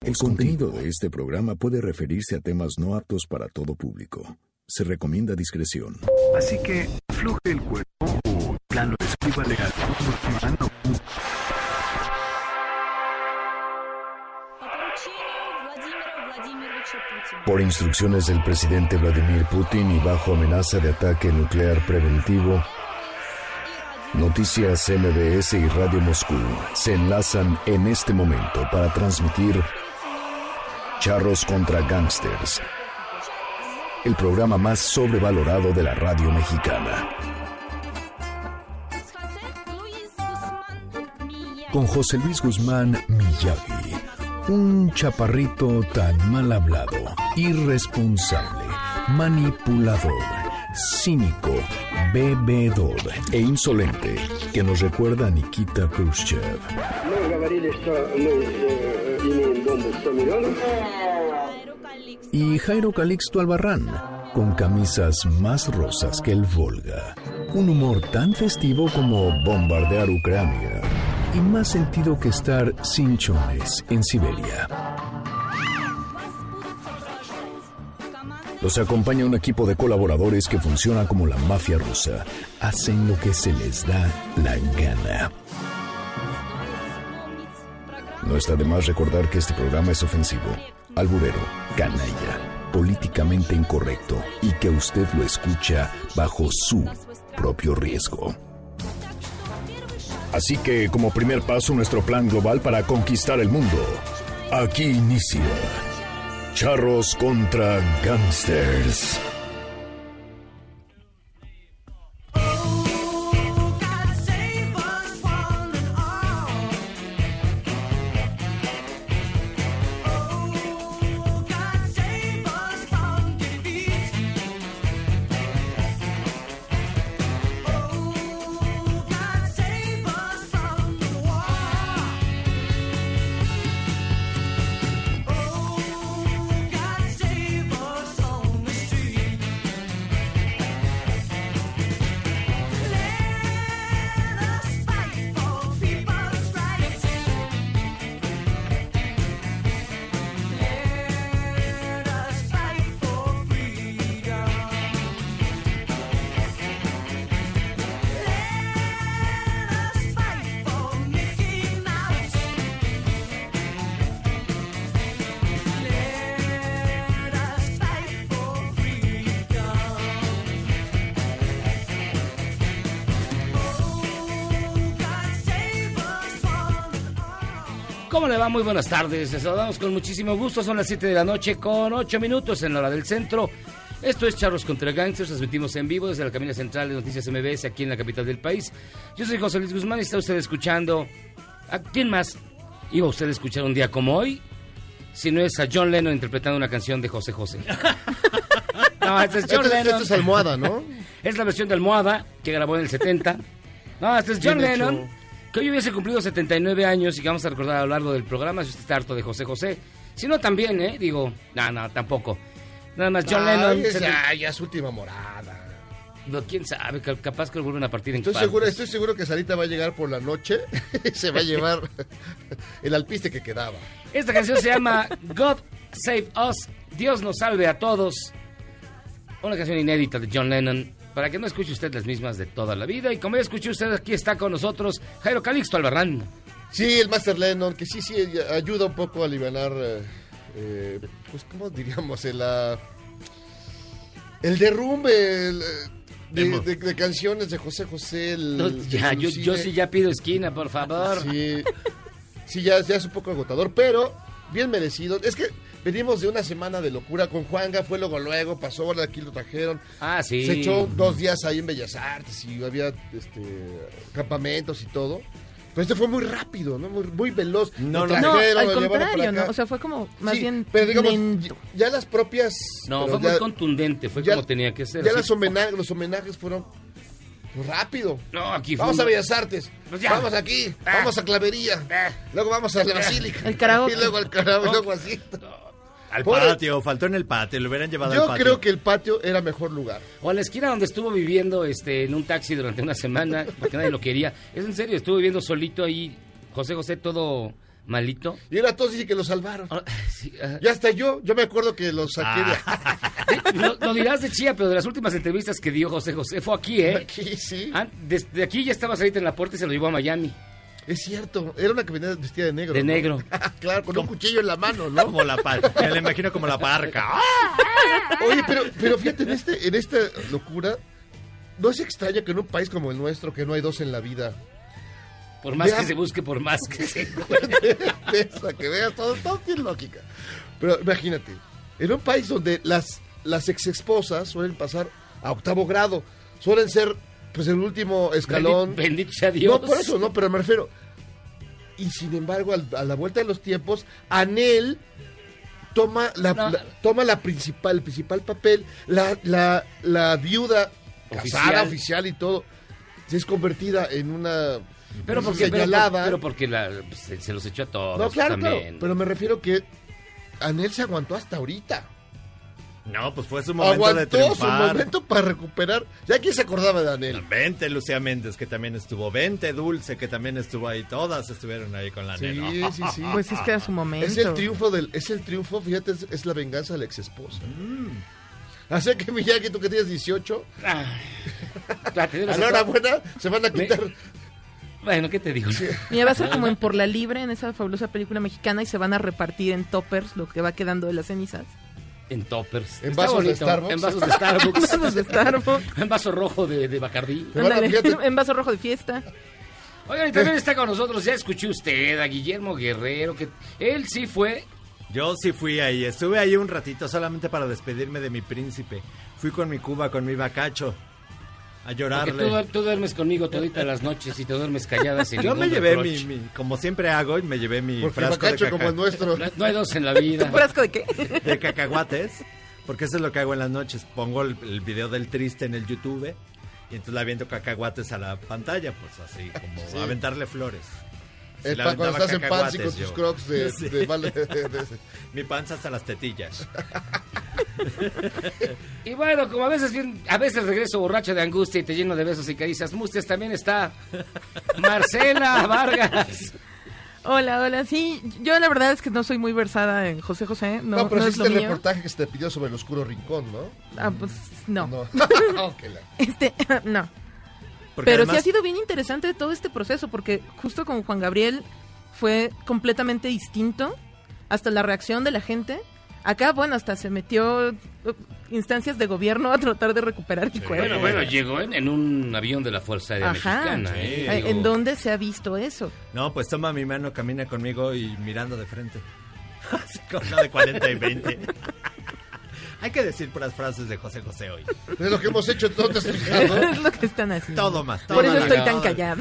El contenido de este programa puede referirse a temas no aptos para todo público. Se recomienda discreción. Así que afloje el cuerpo o plano escríbale al hermano. Por instrucciones del presidente Vladimir Putin y bajo amenaza de ataque nuclear preventivo, Noticias MBS y Radio Moscú se enlazan en este momento para transmitir Charros contra Gangsters, el programa más sobrevalorado de la radio mexicana. Con José Luis Guzmán Miyagi, un chaparrito tan mal hablado, irresponsable, manipulador, cínico, bebedor e insolente, que nos recuerda a Nikita Khrushchev. Y Jairo Calixto Albarrán, con camisas más rosas que el Volga, un humor tan festivo como bombardear Ucrania, y más sentido que estar sin chones en Siberia. Los acompaña un equipo de colaboradores que funcionan como la mafia rusa. Hacen lo que se les da la gana. No está de más recordar que este programa es ofensivo, alburero, canalla, políticamente incorrecto y que usted lo escucha bajo su propio riesgo. Así que, como primer paso, nuestro plan global para conquistar el mundo. Aquí inicia Charros contra Gangsters. ¿Cómo le va? Muy buenas tardes, les saludamos con muchísimo gusto, son las 7 de la noche con 8 minutos en la hora del centro. Esto es Charros contra Gangsters, transmitimos en vivo desde la cabina central de Noticias MBS aquí en la capital del país. Yo soy José Luis Guzmán y está usted escuchando... ¿A quién más iba usted a escuchar un día como hoy? Si no es a John Lennon interpretando una canción de José José. No, este es John Lennon. Esto es Almohada, ¿no? Es la versión de Almohada que grabó en el 70. No, este es John Lennon, que hoy hubiese cumplido 79 años y que vamos a recordar a lo largo del programa si usted está harto de José José. Si no, también, digo, no, tampoco. Nada más John Lennon. Ya es su última morada. No, quién sabe, capaz que lo vuelven a partir en Estoy seguro que Sarita va a llegar por la noche y se va a llevar el alpiste que quedaba. Esta canción se llama God Save Us, Dios nos salve a todos. Una canción inédita de John Lennon, para que no escuche usted las mismas de toda la vida. Y como ya escuchó usted, aquí está con nosotros Jairo Calixto Albarrán. Sí, el Master Lennon, que sí, ayuda un poco a alivianar, pues, ¿cómo diríamos? El derrumbe de canciones de José José. Yo sí ya pido esquina, por favor. Sí, ya es un poco agotador, pero bien merecido. Es que venimos de una semana de locura con Juanga, fue luego, pasó, ahora aquí lo trajeron. Ah, sí. Se echó 2 días ahí en Bellas Artes y había campamentos y todo. Pero este fue muy rápido, ¿no? Muy veloz. No, al contrario, ¿no? O sea, fue como más bien pero digamos, lento. Ya las propias... No, fue muy contundente, fue como tenía que ser. Ya los homenajes fueron rápido. No, aquí fue... Vamos a Bellas Artes, pues vamos aquí, vamos a Clavería, luego vamos a la Basílica. El karaoke. Y luego al karaoke, luego así. Al patio, faltó en el patio, lo hubieran llevado al patio. Yo creo que el patio era mejor lugar. O a la esquina donde estuvo viviendo en un taxi durante una semana, porque nadie lo quería. Es en serio, estuvo viviendo solito ahí, José José todo malito. Y ahora todos dicen que lo salvaron. Sí, Ya hasta yo me acuerdo que lo saqué lo dirás de chía, pero de las últimas entrevistas que dio José José fue aquí, ¿eh? Aquí, sí. Desde aquí ya estabas ahorita en la puerta y se lo llevó a Miami. Es cierto, era una que venía vestida de negro. De ¿no? negro. Claro, con un cuchillo en la mano, ¿no? Como me la imagino como la parca. Oye, pero fíjate, en esta locura, no es extraño que en un país como el nuestro, que no hay dos en la vida, Por más que se busque, por más que se encuentre. que veas, todo tiene lógica. Pero imagínate, en un país donde las ex esposas suelen pasar a octavo grado, suelen ser pues el último escalón. Bendito sea Dios. No, por eso, no, pero me refiero. Y sin embargo, a la vuelta de los tiempos, Anel toma el principal papel, la viuda casada, oficial y todo, es convertida en una señalada. Pero porque se los echó a todos. No, claro, también. pero me refiero que Anel se aguantó hasta ahorita. No, pues fue su momento de Aguantó triunfar. su momento para recuperar. Ya quién se acordaba de Anel. Vente Lucía Méndez, que también estuvo. Vente Dulce, que también estuvo ahí. Todas estuvieron ahí con la nena. Sí. Pues es que era su momento. Es el triunfo, fíjate, es la venganza de la ex esposa. Así que Miyagi, tú que tienes 18, enhorabuena, se van a quitar. Bueno, ¿qué te digo? Mira, va a ser como en Por la Libre, en esa fabulosa película mexicana, y se van a repartir en toppers lo que va quedando de las cenizas. En toppers. En Está vasos de bonito. Starbucks. En vasos de Starbucks. Vasos de Starbucks. En vaso rojo de Bacardí. Ándale, fíjate. en vaso rojo de fiesta. Oigan, y también está con nosotros, ya escuché usted, a Guillermo Guerrero, que él sí fue. Yo sí fui ahí. Estuve ahí un ratito solamente para despedirme de mi príncipe. Fui con mi cuba, con mi bacacho. A Porque llorarle. tú duermes conmigo toditas las noches y te duermes callada sin Yo me ningún llevé reproche. como siempre hago, me llevé mi Porque frasco de, bacacho como el nuestro. No hay dos en la vida. ¿Un frasco de qué? de cacahuates, porque eso es lo que hago en las noches. Pongo el video del triste en el YouTube y entonces le aviento cacahuates a la pantalla, pues así como aventarle flores. Si le Cuando aventaba estás en pants y con cacahuates, tus yo. crocs de Sí. Mi panza hasta las tetillas. Y bueno, como a veces regreso borracho de angustia y te lleno de besos y caricias mustias, también está Marcela Vargas. Hola, sí, yo la verdad es que no soy muy versada en José José, No, pero no sí es lo el mío. reportaje que se te pidió sobre el oscuro rincón, ¿no? Ah, pues no. No. No. Porque Pero además, sí ha sido bien interesante todo este proceso, porque justo con Juan Gabriel fue completamente distinto, hasta la reacción de la gente. Acá, bueno, hasta se metió instancias de gobierno a tratar de recuperar mi cuerpo. Bueno, llegó en un avión de la Fuerza Aérea Mexicana. ¿En dónde se ha visto eso? No, pues toma mi mano, camina conmigo y mirando de frente. Así como una de 40 y 20. Hay que decir puras frases de José José hoy. Es lo que hemos hecho, ¿no te has fijado? Es lo que están haciendo. Todo más. Por eso estoy tan todo. callada.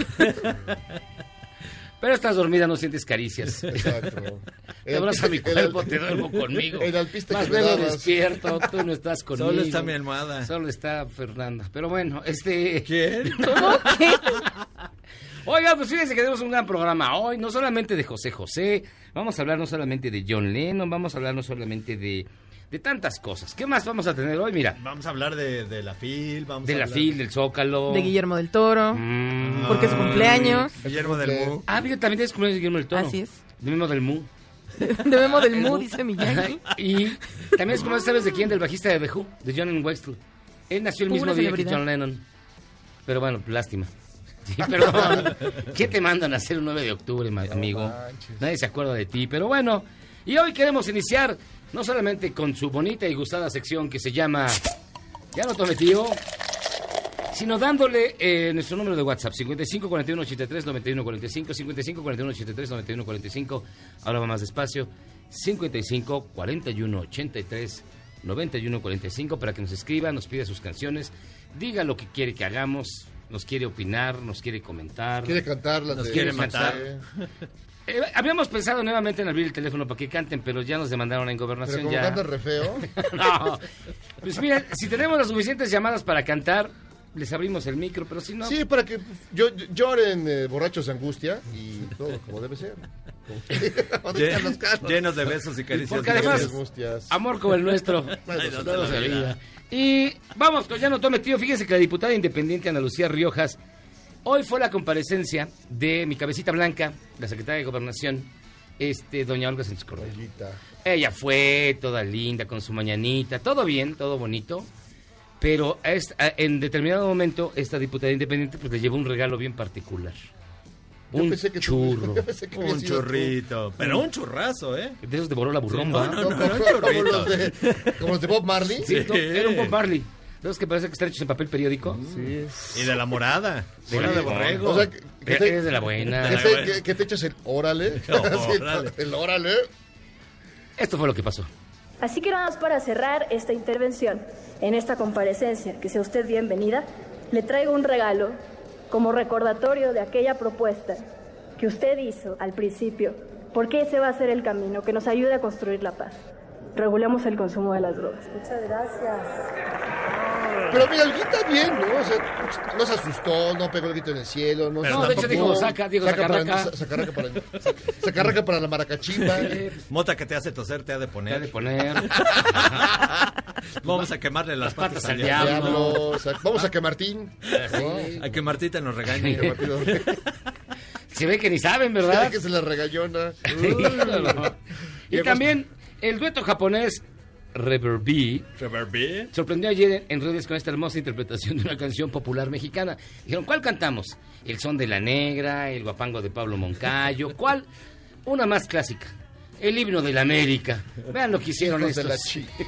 Pero estás dormida, no sientes caricias. Exacto. Te abraza mi cuerpo, te duermo conmigo. El alpiste Más que me luego dabas. despierto, tú no estás conmigo. Solo está mi almohada. Solo está Fernanda. Pero bueno, ¿Quién? ¿Cómo? ¿Qué? Oiga, pues fíjense que tenemos un gran programa hoy, no solamente de José José, vamos a hablar no solamente de John Lennon, vamos a hablar no solamente de tantas cosas. ¿Qué más vamos a tener hoy? Mira, Vamos a hablar de la FIL. Vamos de a la hablar FIL, del Zócalo. De Guillermo del Toro, Mm. porque es su cumpleaños. Guillermo del Mu. Ah, mira, también es cumpleaños de Guillermo del Toro. Así es. De Memo del Mu. De Memo del Mu, dice Miyagi. Y también es cumpleaños, ¿sabes de quién? Del bajista de The Who, de John Wexler. Él nació el Pura mismo día que celebridad. John Lennon. Pero bueno, lástima. Sí, perdón. ¿Qué te mandan a hacer un 9 de octubre, amigo? manches. Nadie se acuerda de ti, pero bueno. Y hoy queremos iniciar no solamente con su bonita y gustada sección que se llama Ya no tome tío, sino dándole nuestro número de WhatsApp, 55 41 83 91 45, 55 41 83 91 45, ahora va más despacio, 55 41 83 91 45, para que nos escriba, nos pida sus canciones, diga lo que quiere que hagamos, nos quiere opinar, nos quiere comentar. Quiere cantar las Nos de quiere José. matar. Habíamos pensado nuevamente en abrir el teléfono para que canten, pero ya nos demandaron en Pero Gobernación. como Ya. canta re feo. No, pues mira, si tenemos las suficientes llamadas para cantar, les abrimos el micro, pero si no... Sí, para que lloren borrachos de angustia y todo como debe ser. Como dicen los carros. Llenos de besos y caricias. Porque además- dulces. Angustias. Amor como el nuestro. Bueno, No se olvida. Y vamos, con Ya no tome tío. Fíjense que la diputada independiente Ana Lucía Riojas, hoy fue la comparecencia de mi cabecita blanca, la secretaria de Gobernación, doña Olga Sánchez Cordero. Olguita. Ella fue toda linda con su mañanita, todo bien, todo bonito. Pero en determinado momento esta diputada independiente pues le llevó un regalo bien particular. Yo Un pensé que tú- churro. yo pensé que había Un sido tú. churrito. Pero un churrazo, ¿eh? De esos devoró la burromba. No, Como los de Bob Marley. Sí, no, era un Bob Marley. De esos que parece que están hechos en papel periódico. Y de la morada. De Bola la de morada. borrego. O sea, que te, Es de la buena. que te echas el órale. Órale. Sí, el órale. Esto fue lo que pasó. Así que nada más para cerrar esta intervención, en esta comparecencia, que sea usted bienvenida, le traigo un regalo como recordatorio de aquella propuesta que usted hizo al principio, porque ese va a ser el camino que nos ayude a construir la paz. Regulemos el consumo de las drogas. Muchas gracias. Pero mira, Olguita bien, ¿no? O sea, no se asustó, no pegó el grito en el cielo. No, No, de hecho dijo, sacarraca. sacarraca. Sacarraca para la maracachimba. Mota que te hace toser, te ha de Te ha poner. de poner. Vamos a quemarle las patas al diablo. diablo. Diablo, vamos a que Martín. A que Martita nos regañe. Que Martín Se ve que ni saben, ¿verdad? que se la regallona. Y también el dueto japonés River B Reverbi. sorprendió ayer en redes con esta hermosa interpretación de una canción popular mexicana. Dijeron, ¿cuál cantamos? El son de la negra, el guapango de Pablo Moncayo. ¿Cuál? Una más clásica. El himno de la América. Vean lo que hicieron Hijos de la estos. chi.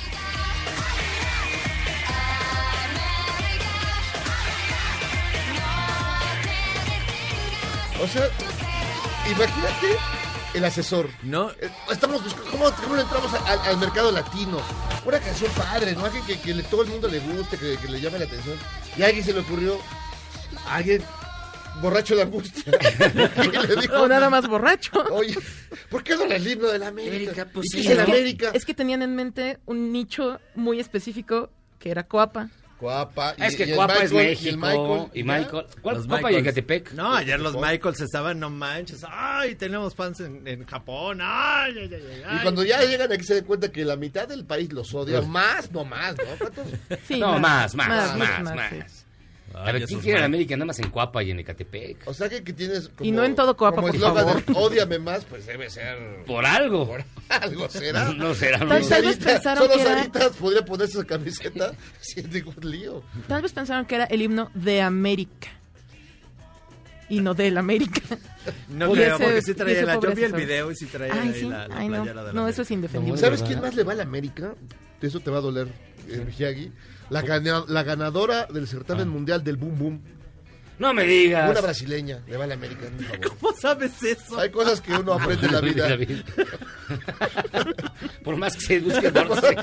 O sea, imagínate el asesor. No. Estamos buscando, ¿cómo le entramos al mercado latino? Una canción padre, ¿no? Alguien que todo el mundo le guste, que le llame la atención. Y a alguien se le ocurrió, a alguien borracho de angustia. Y le dijo, O nada más borracho. oye, ¿por qué no el himno de la América? América, pues ¿Y sí, qué es ¿no? el América? Es que tenían en mente un nicho muy específico que era Coapa. Coapa. Es que el Coapa es Michael, México. y el Michael. Y Michael. ¿Cuál Los Coapa y Michaels. Ecatepec? No, ayer los Michaels estaban, no manches. Ay, tenemos fans en Japón. Ay, ay, ay, ay. Y cuando ya llegan aquí se dan cuenta que la mitad del país los odia. Más, no más, ¿no? ¿Cuántos? Sí, No, más. mucho A sí. ver, ¿quién esos quiere la Michaels. América? Nada más en Coapa y en Ecatepec. O sea que tienes como... Y no en todo Coapa, como por eslogan favor. de ódiame más, pues debe ser... Por algo. Por algo será. No será. Tal vez pensaron Solo que era- Saritas podría ponerse esa camiseta sin ningún lío. Tal vez pensaron que era el himno de América. Y no del América. No Y creo, ese- porque sí y traía ese la... Yo pobre vi el asesor. video y sí traía Ay, ahí sí. la Ay, no. playera de la No, eso es América. indefendible. ¿Sabes quién más le va a la América? Eso te va a doler, Miyagi. La ganadora del certamen mundial del Boom Boom. No me digas. Una brasileña le va a la América. Por favor. ¿Cómo sabes eso? Hay cosas que uno aprende en la vida. Por más que se busque por sí.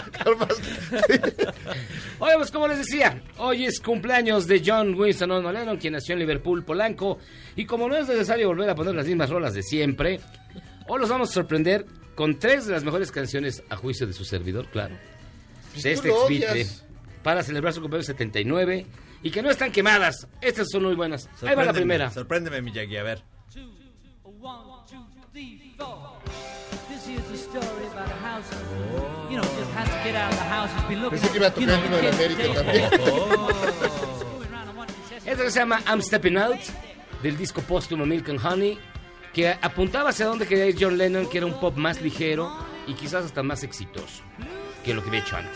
Oye, pues como les decía, hoy es cumpleaños de John Winston O'Neill Lennon, quien nació en Liverpool, Polanco. Y como no es necesario volver a poner las mismas rolas de siempre, hoy los vamos a sorprender con 3 de las mejores canciones a juicio de su servidor, claro. Pues De tú este lo exbitre, odias. para celebrar su cumpleaños 79 y que no están quemadas. Estas son muy buenas. Ahí va la primera. Sorpréndeme, Miyagi, a ver. 1, 2, 3, 4. This is the story about a house. You know, just had to get out of the house. He's been looking. Pensé que iba a tocar el himno de la América también. Esta que se llama I'm Stepping Out, del disco póstumo Milk and Honey, que apuntaba hacia donde quería ir John Lennon, que era un pop más ligero y quizás hasta más exitoso que lo que había hecho antes.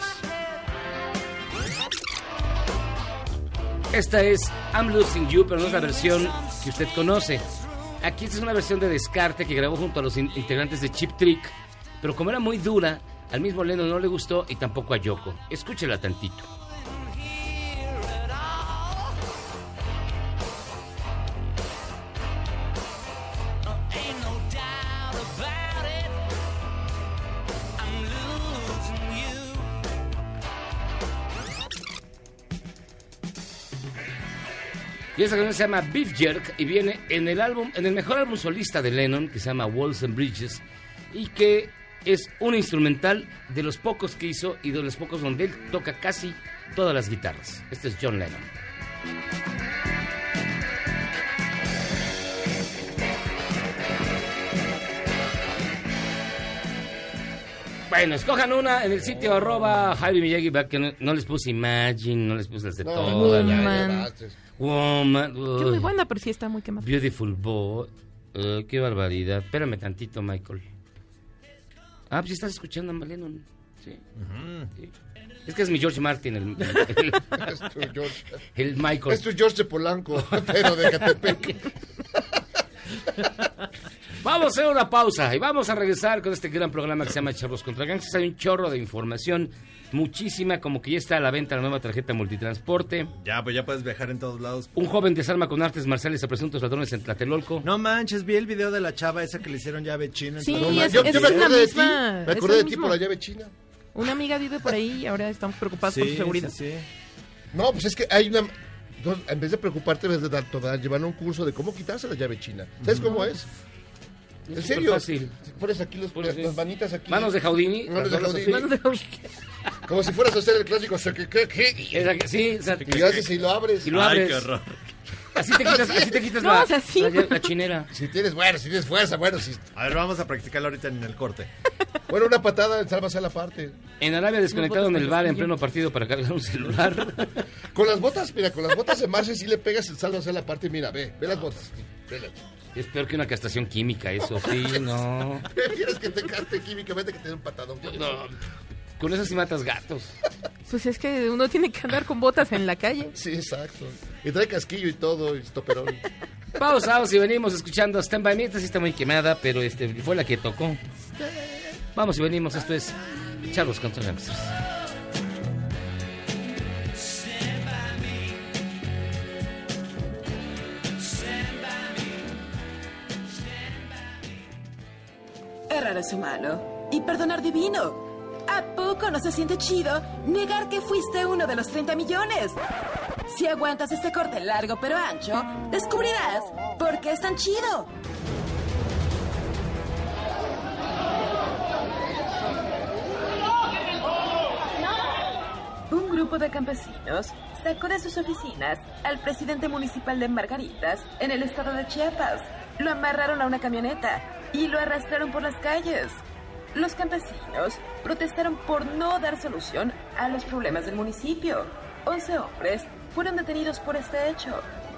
Esta es I'm Losing You, pero no es la versión que usted conoce. Aquí esta es una versión de descarte que grabó junto a los integrantes de Cheap Trick, pero como era muy dura, al mismo Lennon no le gustó y tampoco a Yoko. Escúchela tantito. Y esa canción se llama Beef Jerk y viene en el álbum, en el mejor álbum solista de Lennon, que se llama Walls and Bridges, y que es un instrumental de los pocos que hizo y de los pocos donde él toca casi todas las guitarras. Este es John Lennon. Bueno, escojan una en el sitio @Javi Miyagi, que no les puse Imagine, no les puse las de todas. Woman. bastes. Woman. Que es muy buena, pero sí está muy quemada. Beautiful Boy. Qué barbaridad. Espérame tantito, Michael. Ah, pues estás escuchando a Maleno. Sí. Sí. Es que es mi George Martin, Es tu George. el Michael. Es tu George de Polanco, pero de Catepec. Vamos a hacer una pausa y vamos a regresar con este gran programa que se llama Charros contra Gangsters. Hay un chorro de información, muchísima, como que ya está a la venta la nueva tarjeta multitransporte. Ya, pues ya puedes viajar en todos lados. Un joven desarma con artes marciales a presuntos ladrones en Tlatelolco. No manches, vi el video de la chava esa que le hicieron llave china. Sí, No, es yo me la acordé de ti. misma, Me es acordé el de ti mismo. por la llave china. Una amiga vive por ahí y ahora estamos preocupados por su seguridad. Sí. No, pues es que hay una... En vez de preocuparte, debes de llevar un curso de cómo quitarse la llave china. ¿Sabes cómo es? ¿En Es serio? fácil. Pones aquí las manitas aquí. Manos de Houdini. Manos de las Houdini. manos así. Como si fueras a hacer el clásico. Sí, o sea, Y haces y lo abres. y lo Ay, abres. qué horror. Así te quitas No, la, o sea, sí. la chinera. Si tienes fuerza, bueno, si... A ver, vamos a practicarlo ahorita en el corte. Bueno, una patada, sálvase a la parte. En Arabia desconectado en botas el con bar en casquillo. pleno partido para cargar un celular. Con las botas, mira, con las botas de Marce sí le pegas el salvase a la parte. Mira, ve las botas. Velas. Es peor que una castración química eso, sí, no. Prefieres que te caste químicamente que te dé un patadón. No, con eso sí matas gatos. Pues es que uno tiene que andar con botas en la calle. Sí, exacto. Y trae casquillo y todo, y estoperón. Pausados y venimos escuchando Stand By Me. Esta sí está muy quemada, pero fue la que tocó. Vamos y venimos, esto es Charlos contra Gangsters. Errar es humano y perdonar divino. ¿A poco no se siente chido negar que fuiste uno de los 30 millones? Si aguantas este corte largo pero ancho, descubrirás por qué es tan chido. Un grupo de campesinos sacó de sus oficinas al presidente municipal de Margaritas, en el estado de Chiapas. Lo amarraron a una camioneta y lo arrastraron por las calles. Los campesinos protestaron por no dar solución a los problemas del municipio. 11 hombres fueron detenidos por este hecho.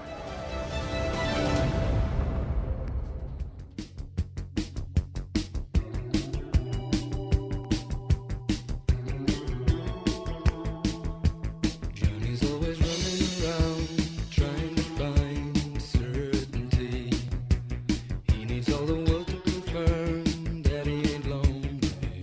Johnny's always running around trying to find certainty. He needs all the world to confirm that he ain't lonely.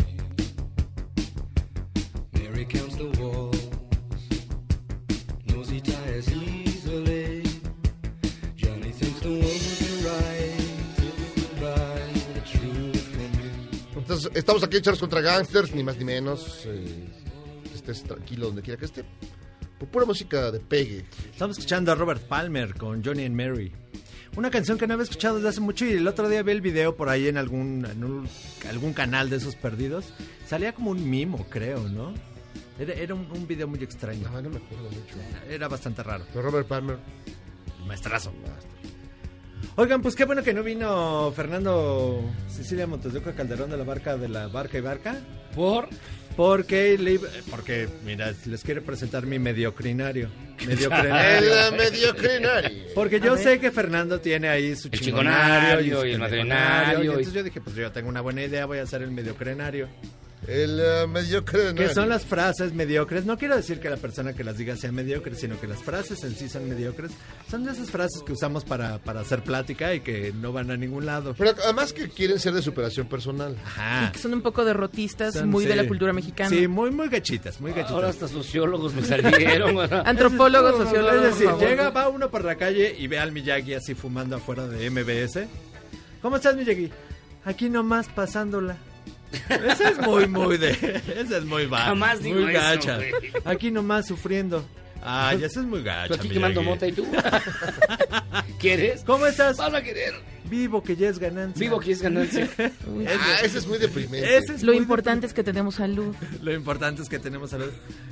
Mary counts the walls, knows he tires easily. Johnny thinks the world would be right if he could buy the truth from him. Entonces, estamos aquí en Charlos contra Gangsters, ni más ni menos. Estés tranquilo donde quiera que esté. Por pura música de pegue. Estamos escuchando a Robert Palmer con Johnny and Mary. Una canción que no había escuchado desde hace mucho y el otro día vi el video por ahí en algún canal de esos perdidos. Salía como un mimo, creo, ¿no? Era un video muy extraño. No me acuerdo mucho. Era bastante raro. Pero Robert Palmer. Maestrazo. Oigan, pues qué bueno que no vino Fernando Cecilia Montes de Oca Calderón de la Barca y Barca. Porque, mira, les quiero presentar mi mediocrinario. El mediocrinario. Porque yo sé que Fernando tiene ahí su El chingonario chingonario y el su madrinario. Y entonces yo dije, pues yo tengo una buena idea, voy a hacer el mediocrenario. El mediocre. Que son las frases mediocres. No quiero decir que la persona que las diga sea mediocre, sino que las frases en sí son mediocres. Son de esas frases que usamos para hacer plática y que no van a ningún lado. Pero además que quieren ser de superación personal. Ajá. Y que son un poco derrotistas, Son, muy de sí. la cultura mexicana. Sí, muy gachitas, muy gachitas. Ahora hasta sociólogos me salieron. Antropólogos, sociólogos. Es decir, por favor. va uno por la calle y ve al Miyagi así fumando afuera de MBS. ¿Cómo estás, Miyagi? Aquí nomás pasándola. Ese es ese es muy bajo. Jamás digo muy eso, gacha. güey. Aquí nomás sufriendo. Ay, ese es muy gacha. Tú aquí Miyagi. quemando mota y tú. ¿Quieres? ¿Cómo estás? Vas a querer. Vivo que ya es ganancia. Vivo que es ganancia. Ese es muy deprimente. Ese es Lo muy importante es que tenemos salud. Lo importante es que tenemos salud.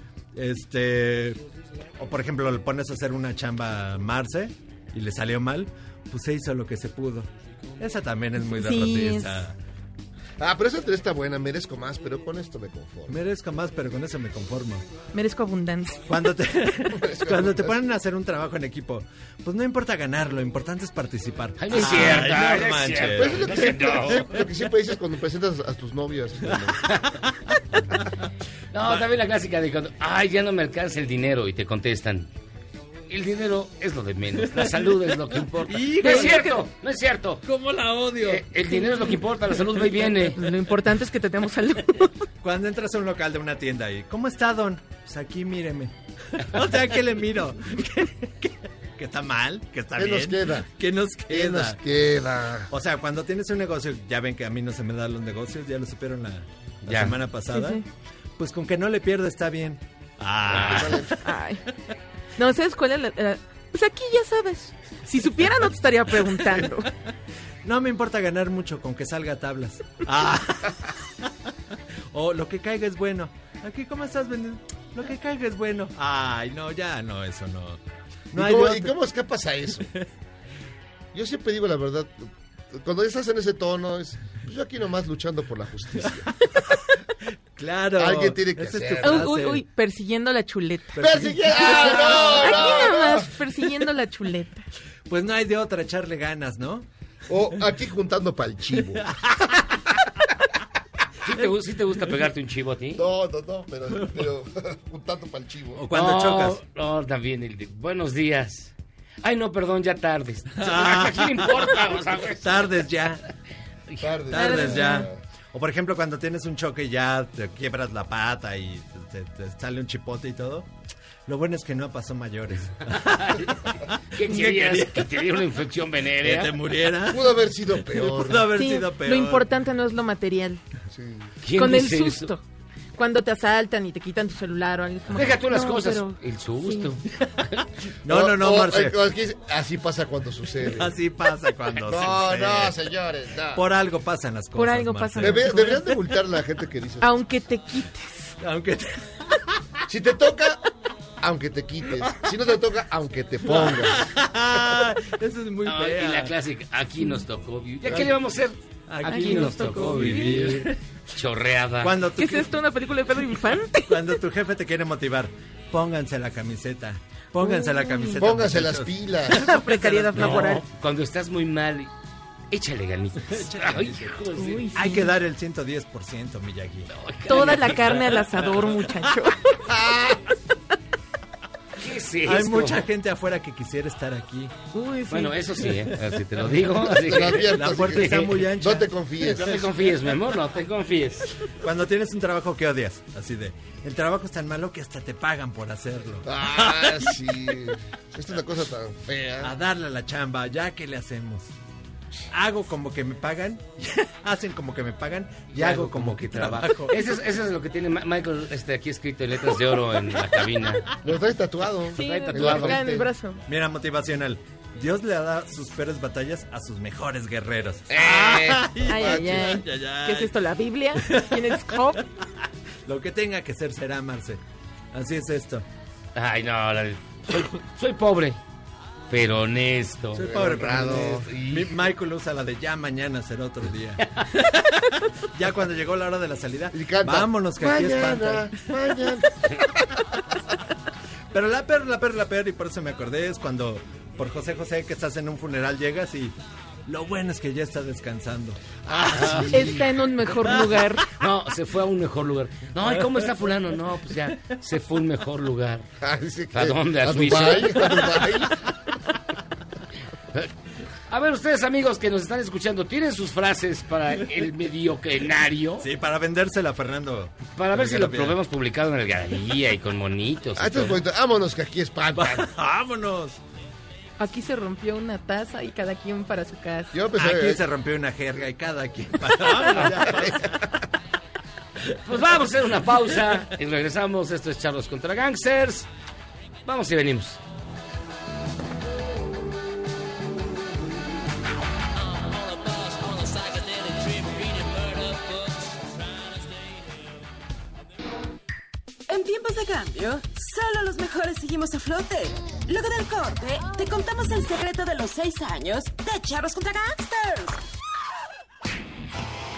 O por ejemplo, le pones a hacer una chamba a Marce y le salió mal, pues se hizo lo que se pudo. Esa también es muy Sí, derrotista. Pero esa tres está buena, merezco más, pero con esto me conformo. Merezco más, pero con eso me conformo. Merezco abundancia. Cuando te ponen a hacer un trabajo en equipo, pues no importa ganar, lo importante es participar. Ay, no es cierto, no es manches. cierto. Pues es lo que siempre dices cuando presentas a tus novias. No, también la clásica de cuando, ya no me alcanza el dinero y te contestan. El dinero es lo de menos, la salud es lo que importa. No es cierto, no es cierto. ¿Cómo la odio? El dinero es lo que importa, la salud va y viene. Lo importante es que tenemos salud. Cuando entras a un local de una tienda y, ¿cómo está, don? Pues aquí míreme. O sea, ¿qué le miro? ¿Que está mal? ¿Que está bien? ¿Qué nos queda? O sea, cuando tienes un negocio, ya ven que a mí no se me dan los negocios, ya lo supieron la semana pasada. Sí. Pues con que no le pierda está bien. Ay. No, ¿sabes cuál es la? Pues aquí ya sabes. Si supiera no te estaría preguntando. No me importa ganar mucho con que salga a tablas. O lo que caiga es bueno. Aquí, ¿cómo estás vendiendo? Lo que caiga es bueno. Ay, no, ya no, eso no. ¿Y cómo escapas a eso? Yo siempre digo la verdad. Cuando estás en ese tono, pues yo aquí nomás luchando por la justicia. Claro. Alguien tiene que hacer. Uy, persiguiendo la chuleta. ¡Persiguiendo! Aquí nada más, persiguiendo la chuleta. Pues no hay de otra, echarle ganas, ¿no? O aquí juntando pa'l chivo. ¿Sí te gusta pegarte un chivo a ti? No, pero juntando pa'l chivo. O cuando chocas. No, también el de buenos días. Ay, no, perdón, ya tardes. ¿A quién le importa? O sea, tardes ya. Tardes ya. O por ejemplo, cuando tienes un choque y ya te quiebras la pata y te sale un chipote y todo. Lo bueno es que no pasó mayores. ¿Qué querías? ¿Que te diera una infección venérea? ¿Que te muriera? Pudo haber sido peor. Lo importante no es lo material. Sí. Con el susto. Cuando te asaltan y te quitan tu celular o algo. Deja tú las cosas. Pero... El susto. Sí. No, Marce. Así pasa cuando sucede. Así pasa cuando sucede. No, señores, no. Por algo pasan las cosas. Por algo pasan las cosas. Deberían de multar a la gente que dice. Aunque te quites. Si te toca, aunque te quites. Si no te toca, aunque te pongas. Eso es muy feo. Y la clásica, aquí nos tocó vivir. ¿Ya qué le vamos a hacer? Aquí nos tocó vivir. Chorreada. ¿Qué es esto? ¿Una película de Pedro Infante? Cuando tu jefe te quiere motivar, pónganse la camiseta. Pónganse las pilas. Precariedad laboral. Cuando estás muy mal, échale ganitas. Hay que dar el 110%, Miyagi. Toda la carne al asador, muchacho. ¿Qué es esto? Hay mucha gente afuera que quisiera estar aquí. Uy, sí. Bueno, eso sí, así te lo digo. Así que la puerta está muy ancha. No te confíes. No te confíes, mi amor, no te confíes. Cuando tienes un trabajo que odias, así de, el trabajo es tan malo que hasta te pagan por hacerlo. Sí. Esta es una cosa tan fea. A darle a la chamba, ya que le hacemos. Hago como que me pagan, hacen como que me pagan y hago como que trabajo. Eso es lo que tiene Michael aquí escrito en letras de oro en la cabina. Lo trae tatuado. Sí, en el brazo. Mira, motivacional. Dios le da sus peores batallas a sus mejores guerreros. Ay. ¿Qué es esto, la Biblia? ¿Quién es Job? Lo que tenga que ser será, Marce. Así es esto. Ay, no, soy pobre, pero honesto. Soy pobre, pero honesto. Michael usa la de ya mañana será otro día. Ya cuando llegó la hora de la salida, vámonos que aquí espanta. Mañana. Pero la peor, y por eso me acordé, es cuando por José José, que estás en un funeral, llegas y lo bueno es que ya está descansando. Sí. Está en un mejor lugar. No, se fue a un mejor lugar. No, ¿y cómo está fulano? No, pues ya se fue a un mejor lugar. ¿A dónde? ¿A Suiza? A ver, ustedes, amigos que nos están escuchando, ¿tienen sus frases para el mediocrenario? Sí, para vendérsela a Fernando. Para ver si lo hemos publicado en el Galería y con monitos. Vámonos, que aquí espantan. ¡Vámonos! Aquí se rompió una taza y cada quien para su casa. Aquí se rompió una jerga y cada quien para... Pues vamos a hacer una pausa y regresamos. Esto es Charlos contra Gangsters. Vamos y venimos. En tiempos de cambio, solo los mejores seguimos a flote. Luego del corte, te contamos el secreto de los 6 años de Charros contra Gangsters.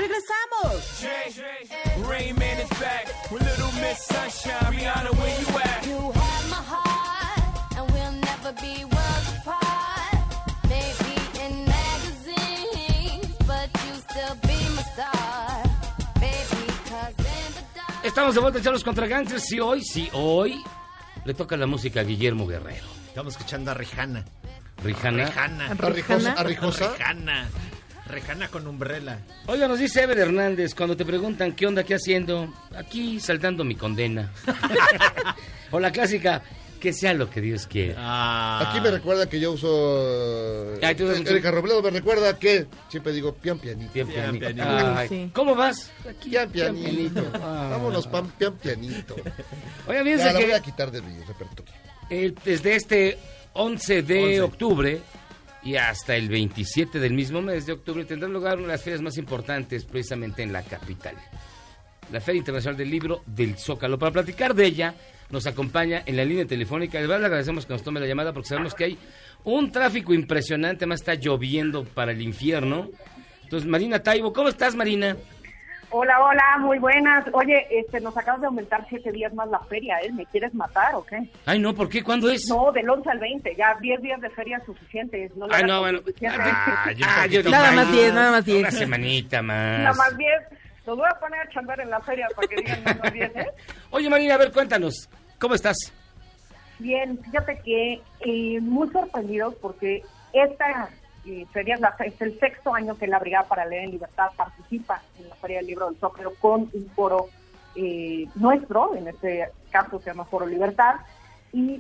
¡Regresamos! Rain Man is back with Little Miss Sunshine. Rihanna, where you at? You have my heart, and we'll never be worlds apart. Maybe in magazines, but you still be my star. Baby, 'cause in the dark. Estamos de vuelta en Charlos contra Gangsters. Hoy le toca la música a Guillermo Guerrero. Estamos escuchando a Rihanna. ¿Rihanna? ¿Arrijosa? Rihanna con Umbrella. Oiga, nos dice Ever Hernández, cuando te preguntan qué onda, qué haciendo, aquí saltando mi condena. O la clásica, que sea lo que Dios quiera. Aquí me recuerda que yo uso... el Carrobledo me recuerda que siempre digo pian pianito. Ay, sí. ¿Cómo vas? Aquí, pian pianito. Vámonos, pian pianito. Oiga, fíjense la que... voy a quitar de mi repertorio. Desde este 11 de octubre y hasta el 27 del mismo mes de octubre tendrán lugar una de las ferias más importantes precisamente en la capital, la Feria Internacional del Libro del Zócalo. Para platicar de ella nos acompaña en la línea telefónica. De verdad le agradecemos que nos tome la llamada porque sabemos que hay un tráfico impresionante, además está lloviendo para el infierno. Entonces, Marina Taibo, ¿cómo estás, Marina? Hola, muy buenas. Oye, nos acabas de aumentar 7 días más la feria, ¿eh? ¿Me quieres matar o qué? Ay, no, ¿por qué? ¿Cuándo es? No, del 11 al 20, ya 10 días de feria suficientes. No, bueno. Nada más 10. Una semanita más. Nada más 10. Los voy a poner a chambear en la feria para que digan menos 10, ¿eh? Oye, Marina, a ver, cuéntanos, ¿cómo estás? Bien, fíjate que muy sorprendidos porque esta... feria es el 6º año que la Brigada para Leer en Libertad participa en la Feria del Libro del Zócalo con un foro nuestro, en este caso se llama Foro Libertad, y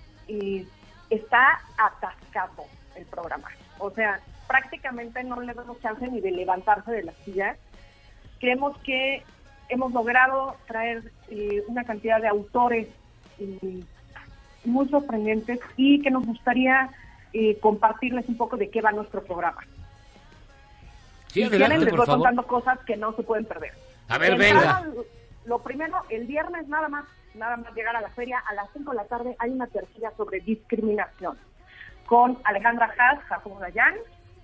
está atascado el programa. O sea, prácticamente no le damos chance ni de levantarse de la silla. Creemos que hemos logrado traer una cantidad de autores muy sorprendentes y que nos gustaría compartirles un poco de qué va nuestro programa. Sí, si quieren, les voy contando cosas que no se pueden perder. A ver, venga. Lo primero, el viernes nada más llegar a la feria, a las 5 de la tarde hay una tertulia sobre discriminación con Alejandra Haas, Jacobo Dayan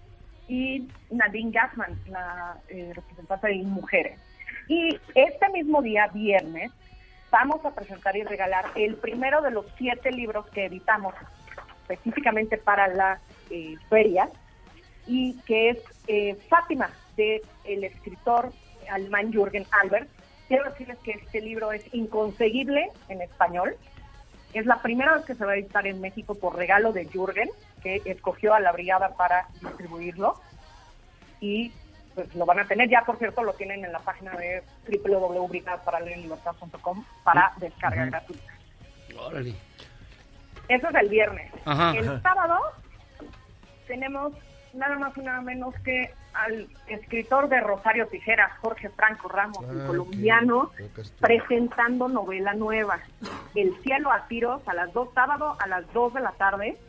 y Nadine Gassman, la representante de mujeres. Y este mismo día, viernes, vamos a presentar y regalar el primero de los 7 libros que editamos específicamente para la feria, y que es Fátima, de el escritor alemán Jürgen Albert. Quiero decirles que este libro es inconseguible en español. Es la primera vez que se va a editar en México por regalo de Jürgen, que escogió a la Brigada para distribuirlo. Y pues lo van a tener, ya por cierto lo tienen en la página de www.brigadaparaLeerEnLibertad.com para descarga gratuita. Órale. Eso es el viernes. Ajá. El sábado tenemos nada más y nada menos que al escritor de Rosario Tijeras, Jorge Franco Ramos, el colombiano, presentando novela nueva, El cielo a tiros, sábado a las 2 de la tarde.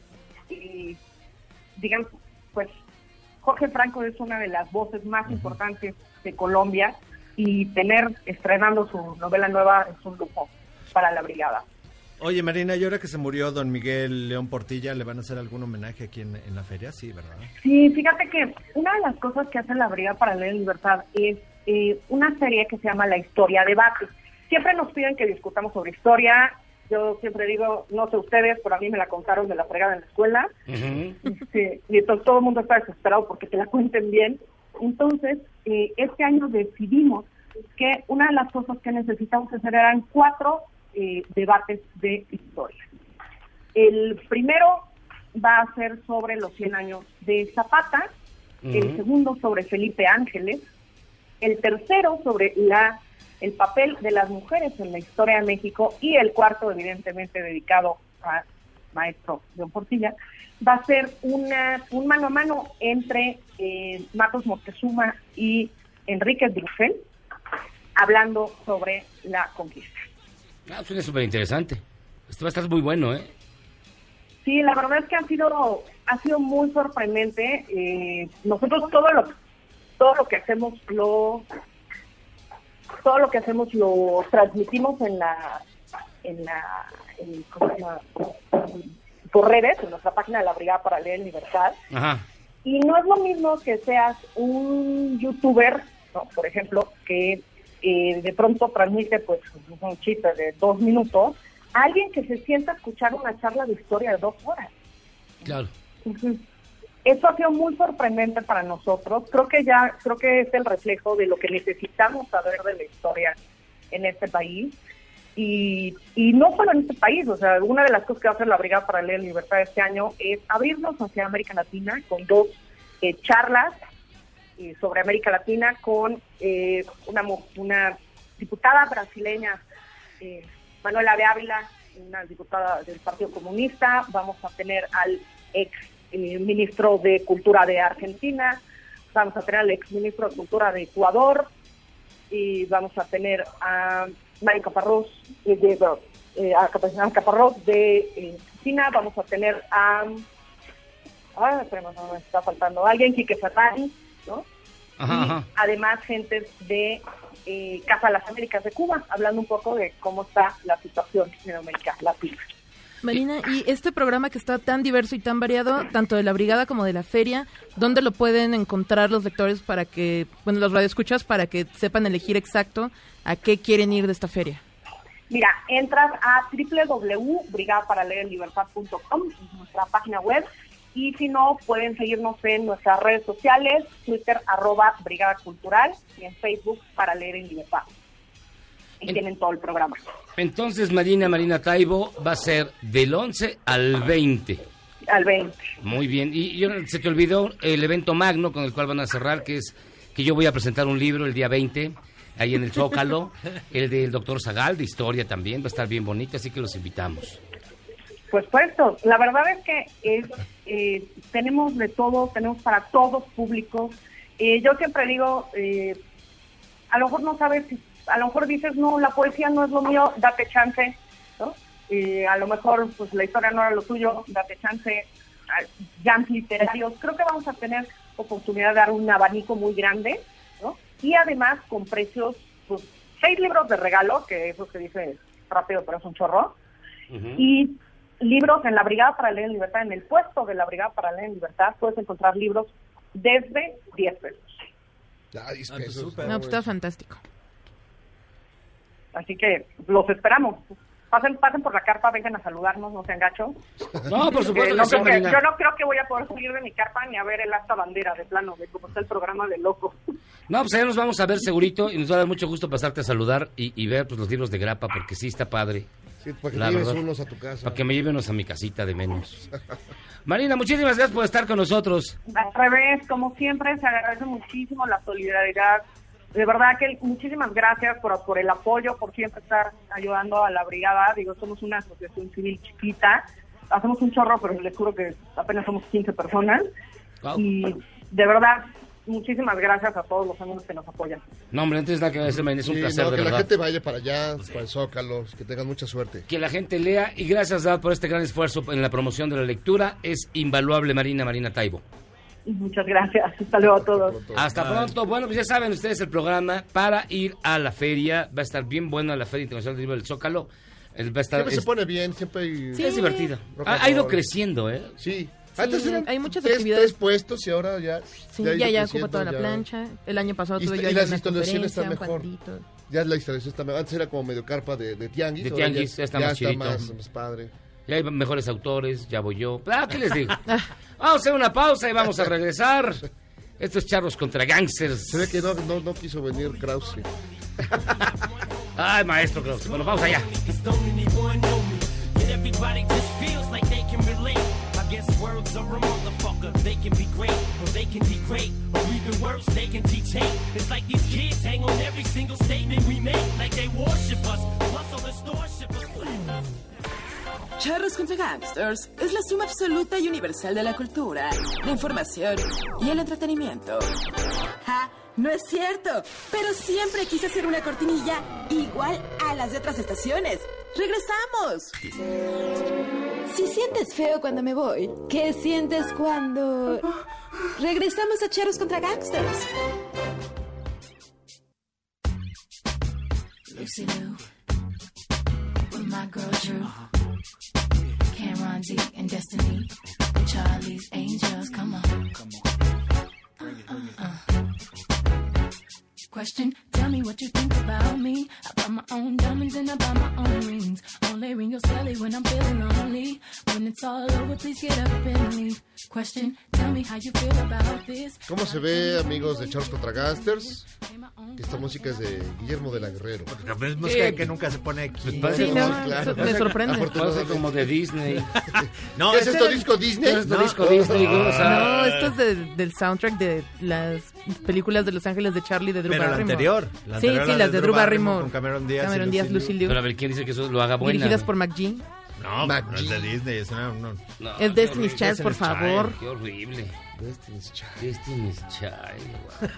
Y digan, pues Jorge Franco es una de las voces más importantes de Colombia, y estrenando su novela nueva es un lujo para la Brigada. Oye, Marina, ¿y ahora que se murió don Miguel León Portilla, le van a hacer algún homenaje aquí en la feria? Sí, ¿verdad? Sí, fíjate que una de las cosas que hace la Brigada para Leer en Libertad es una serie que se llama La Historia Debate. Siempre nos piden que discutamos sobre historia. Yo siempre digo, no sé ustedes, pero a mí me la contaron de la fregada en la escuela. Y entonces todo el mundo está desesperado porque te la cuenten bien. Entonces, este año decidimos que una de las cosas que necesitamos hacer eran 4 debates de historia. El primero va a ser sobre los 100 años de Zapata, el segundo sobre Felipe Ángeles, el tercero sobre el papel de las mujeres en la historia de México, y el cuarto, evidentemente dedicado a maestro León Portilla, va a ser un mano a mano entre Matos Moctezuma y Enríquez Brufel, hablando sobre la conquista. Suena súper interesante. Esto va a estar muy bueno, ¿eh? Sí, la verdad es que ha sido muy sorprendente. Nosotros todo lo que hacemos lo transmitimos por redes, en nuestra página de la Brigada para Leer en Libertad. Ajá. Y no es lo mismo que seas un youtuber ¿no? Por ejemplo, que de pronto transmite pues un chiste de 2 minutos, a alguien que se sienta a escuchar una charla de historia de 2 horas. Claro. Eso ha sido muy sorprendente para nosotros. Creo que es el reflejo de lo que necesitamos saber de la historia en este país. Y no solo en este país, o sea, una de las cosas que va a hacer la Brigada para Leer Libertad este año es abrirnos hacia América Latina con 2 charlas sobre América Latina con una diputada brasileña, Manuela de Ávila, una diputada del Partido Comunista. Vamos a tener al ex ministro de Cultura de Argentina, vamos a tener al ex ministro de Cultura de Ecuador, y vamos a tener a Mario Caparrós de China, vamos a tener a me está faltando alguien, Quique Ferrari, ¿no? Ajá. Además gente de Casa de las Américas de Cuba, hablando un poco de cómo está la situación en América Latina. Marina, y este programa que está tan diverso y tan variado, tanto de la brigada como de la feria, ¿dónde lo pueden encontrar los lectores para que, los radioescuchas, para que sepan elegir exacto a qué quieren ir de esta feria? Mira, entras a www.brigadaparaleerlibertad.com, nuestra página web, y si no, pueden seguirnos en nuestras redes sociales, Twitter, @Brigada Cultural, y en Facebook, Para Leer en Libertad. Y tienen todo el programa. Entonces, Marina Taibo, va a ser del 11 al 20. Al 20. Muy bien. Y se te olvidó el evento magno con el cual van a cerrar, que es que yo voy a presentar un libro el día 20, ahí en el Zócalo, el del doctor Zagal, de historia también, va a estar bien bonito, así que los invitamos. Pues puesto, la verdad es que tenemos de todo, tenemos para todos públicos. Yo siempre digo, a lo mejor no sabes si, a lo mejor dices, no, la poesía no es lo mío, date chance, ¿no? A lo mejor pues la historia no era lo tuyo, date chance. Jams literarios, creo que vamos a tener oportunidad de dar un abanico muy grande, ¿no? Y además con precios, pues 6 libros de regalo, que eso que dice rápido pero es un chorro, y libros en la Brigada para Leer en Libertad, en el puesto de la Brigada para Leer en Libertad puedes encontrar libros desde 10 pesos. 10 pesos. No, pues está fantástico. Así que los esperamos. Pasen por la carpa, vengan a saludarnos, no sean gachos. No, por supuesto. Yo no creo que voy a poder salir de mi carpa ni a ver el asta bandera de plano, de cómo está el programa de loco. No, pues allá nos vamos a ver segurito y nos va a dar mucho gusto pasarte a saludar y ver pues los libros de grapa, porque sí está padre. Sí, para que te lleves unos a tu casa. Para que me lleven unos a mi casita de menos. Marina, muchísimas gracias por estar con nosotros. Al revés, como siempre, se agradece muchísimo la solidaridad. De verdad que muchísimas gracias por el apoyo, por siempre estar ayudando a la brigada. Digo, somos una asociación civil chiquita, hacemos un chorro, pero les juro que apenas somos 15 personas. Wow. Y de verdad, muchísimas gracias a todos los amigos que nos apoyan. No, hombre, antes nada que decir, es un placer, de que verdad. La gente vaya para allá, para el Zócalo, que tengan mucha suerte. Que la gente lea, y gracias, Dad, por este gran esfuerzo en la promoción de la lectura. Es invaluable, Marina Taibo. Muchas gracias. Hasta luego a todos. Hasta pronto. Bueno, pues ya saben ustedes el programa para ir a la feria. Va a estar bien buena la Feria Internacional del Libro del Zócalo. Va a estar, siempre se pone bien, siempre. Sí, es divertido. Ha ido creciendo, ¿eh? Sí. Antes hay muchas actividades. 3 puestos y ahora ya. Sí, ya ocupa toda la plancha. El año pasado tuve yo. Y las instalaciones están mejor. Ya la instalación está mejor. Antes era como medio carpa de tianguis. De tianguis, ya está más chidito. Más padre. Ya hay mejores autores, ya voy yo. ¿Qué les digo? Vamos a hacer una pausa y vamos a regresar. Esto es Charros contra Gangsters. Se ve que no quiso venir Krause. Ay, maestro Krause. Bueno, vamos allá. Charros contra Gangsters es la suma absoluta y universal de la cultura, la información y el entretenimiento. ¡Ja! No es cierto, pero siempre quise hacer una cortinilla igual a las de otras estaciones. ¡Regresamos! Si sientes feo cuando me voy, ¿qué sientes cuando...? Regresamos a Charros contra Gangsters. Lucy Liu, with my girl Drew. Cameron D and Destiny, Charlie's Angels, come on. Question, tell me what you think about me. I buy my own diamonds and I buy my own rings. Only ring your celly when I'm feeling lonely. When it's all over, please get up and leave. Question, tell me how you feel about this. ¿Cómo se ve, amigos de Charros contra Gangsters? Esta música es de Guillermo de la Guerrero. Es música que nunca se pone aquí. Sí, no, claro. Me sorprende. Parece como de Disney. No, ¿qué es esto, disco Disney? ¿Qué es esto, disco Disney? No, esto es del soundtrack de las películas de Los Ángeles de Charlie de Drew Pero Barrymore. la anterior. Sí, las de Drew Barrymore. Con Cameron Díaz, Lucy Liu. Pero a ver, ¿quién dice que eso lo haga buena? Dirigidas por McGee. No, no es de Disney, es es Destiny's Child, por favor. Qué horrible. Destiny's Child. Destiny's Child.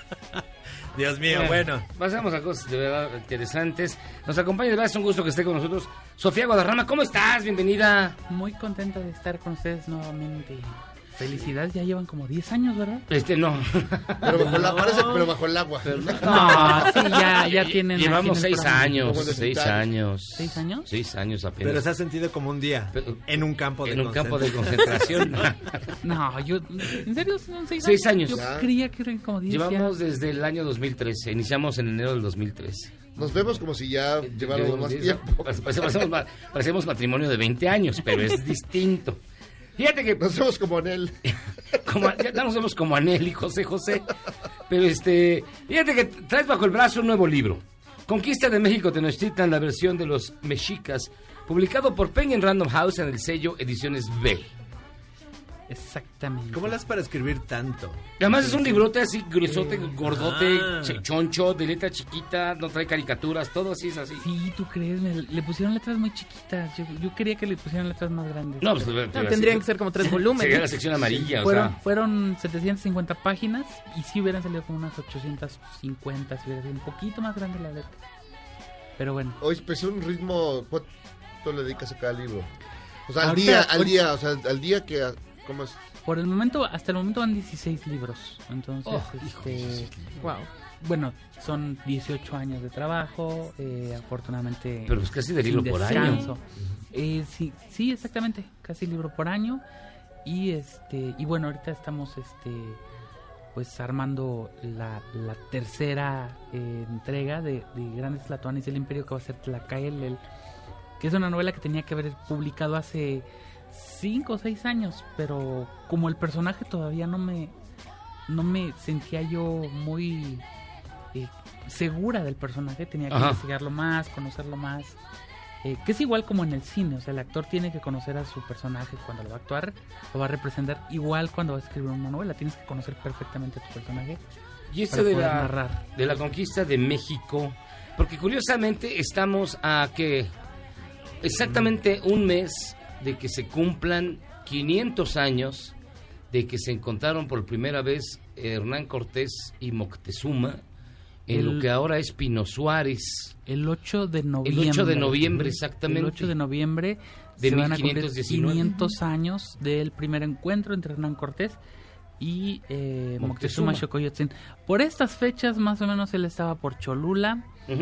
Dios mío, bueno. Pasamos a cosas de verdad interesantes. Nos acompaña, de verdad, es un gusto que esté con nosotros Sofía Guadarrama. ¿Cómo estás? Bienvenida. Muy contenta de estar con ustedes nuevamente. Felicidades, ya llevan como 10 años, ¿verdad? No. Pero bajo el agua. No, sí, ya tienen... Llevamos 6 años. 6 años. ¿6 años? 6 años apenas. Pero se ha sentido como un día. En un campo de concentración. No, yo... ¿En serio son 6 años? 6 años. Yo creía que eran como 10. Llevamos desde el año 2013. Iniciamos en enero del 2013. Nos vemos como si ya lleváramos más tiempo. Parecemos matrimonio de 20 años, pero es distinto. Fíjate que nos vemos como Anel. Ya nos vemos como Anel y José. Pero fíjate que traes bajo el brazo un nuevo libro. Conquista de México Tenochtitlan, la versión de los mexicas, publicado por Penguin Random House en el sello Ediciones B. Exactamente. ¿Cómo le das para escribir tanto? Además es un librote así gruesote, gordote, choncho, de letra chiquita, no trae caricaturas, todo así es así. Sí, ¿tú crees? Le pusieron letras muy chiquitas. Yo quería que le pusieran letras más grandes. No, pues tendrían que ser como 3 volúmenes. Sería la sección amarilla, Fueron 750 páginas y sí hubieran salido como unas 850 si hubiera sido un poquito más grande la letra. Pero bueno. Hoy empecé un ritmo, ¿cuánto le dedicas a cada libro? O sea, al día que... ¿Cómo es? Hasta el momento van 16 libros. Entonces, wow. Bueno, son 18 años de trabajo, afortunadamente. Pero pues casi de libro por año. Sí, exactamente, casi libro por año. Y bueno, ahorita estamos pues armando la tercera entrega de Grandes Tlatoanis del Imperio, que va a ser Tlacael, que es una novela que tenía que haber publicado hace 5 o 6 años, pero como el personaje todavía no me sentía yo muy segura del personaje, tenía que investigarlo más, conocerlo más, que es igual como en el cine, o sea, el actor tiene que conocer a su personaje cuando lo va a actuar, lo va a representar, igual cuando va a escribir una novela, tienes que conocer perfectamente a tu personaje. Y de la conquista de México, porque curiosamente estamos a que exactamente un mes de que se cumplan 500 años de que se encontraron por primera vez Hernán Cortés y Moctezuma en lo que ahora es Pino Suárez. El 8 de noviembre. El 8 de noviembre, exactamente. El 8 de noviembre de se 1519. Van a cumplir 500 años del primer encuentro entre Hernán Cortés y Moctezuma Xocoyotzin. Por estas fechas, más o menos, él estaba por Cholula.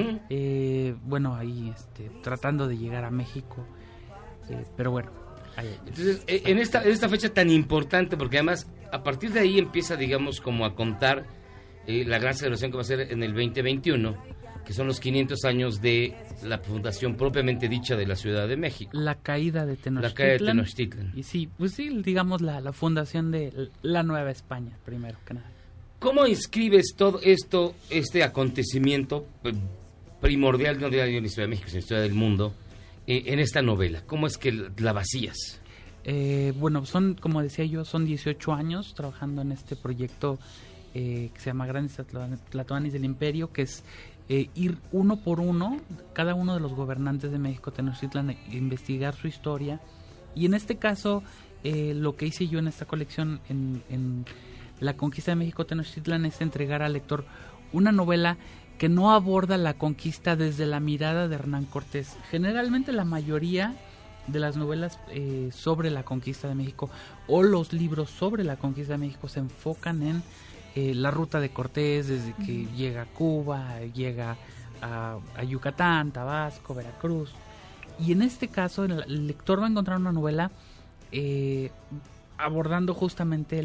Bueno, ahí tratando de llegar a México. Pero bueno. Entonces, en esta fecha tan importante, porque además a partir de ahí empieza, digamos, como a contar la gran celebración que va a ser en el 2021, que son los 500 años de la fundación propiamente dicha de la Ciudad de México. La caída de Tenochtitlan. Y sí, pues sí, digamos la fundación de la Nueva España, primero que nada. ¿Cómo inscribes todo esto, este acontecimiento primordial, no de la Ciudad de México, sino la historia del mundo, en esta novela? ¿Cómo es que la vacías? Bueno, como decía yo, son 18 años trabajando en este proyecto que se llama Grandes Tlatoanis del Imperio, que es ir uno por uno, cada uno de los gobernantes de México Tenochtitlan, investigar su historia. Y en este caso, lo que hice yo en esta colección, en La Conquista de México Tenochtitlan, es entregar al lector una novela que no aborda la conquista desde la mirada de Hernán Cortés. Generalmente la mayoría de las novelas sobre la conquista de México o los libros sobre la conquista de México se enfocan en la ruta de Cortés, desde que llega a Cuba, llega a Yucatán, Tabasco, Veracruz. Y en este caso el lector va a encontrar una novela abordando justamente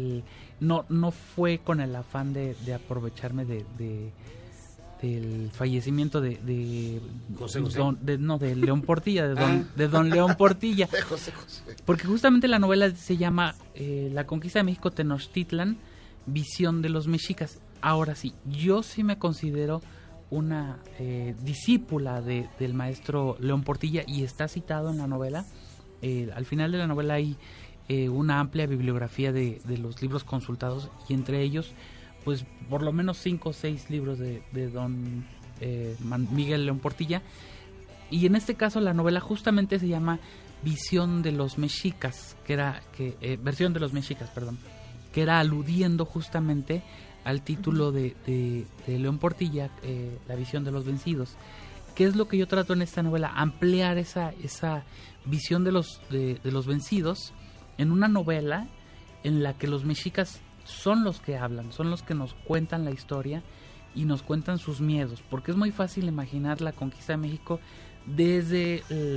no fue con el afán de aprovecharme del fallecimiento de José José. de León Portilla, de don León Portilla. De José José. Porque justamente la novela se llama La conquista de México Tenochtitlan, visión de los mexicas. Ahora sí, yo sí me considero una discípula del maestro León Portilla y está citado en la novela. Al final de la novela hay una amplia bibliografía de los libros consultados y entre ellos pues por lo menos 5 o 6 libros de don Miguel León Portilla, y en este caso la novela justamente se llama Visión de los Mexicas, versión de los Mexicas, perdón, que era aludiendo justamente al título de León Portilla, La visión de los vencidos. ¿Qué es lo que yo trato en esta novela? Ampliar esa visión de los vencidos en una novela en la que los mexicas son los que hablan, son los que nos cuentan la historia y nos cuentan sus miedos, porque es muy fácil imaginar la conquista de México desde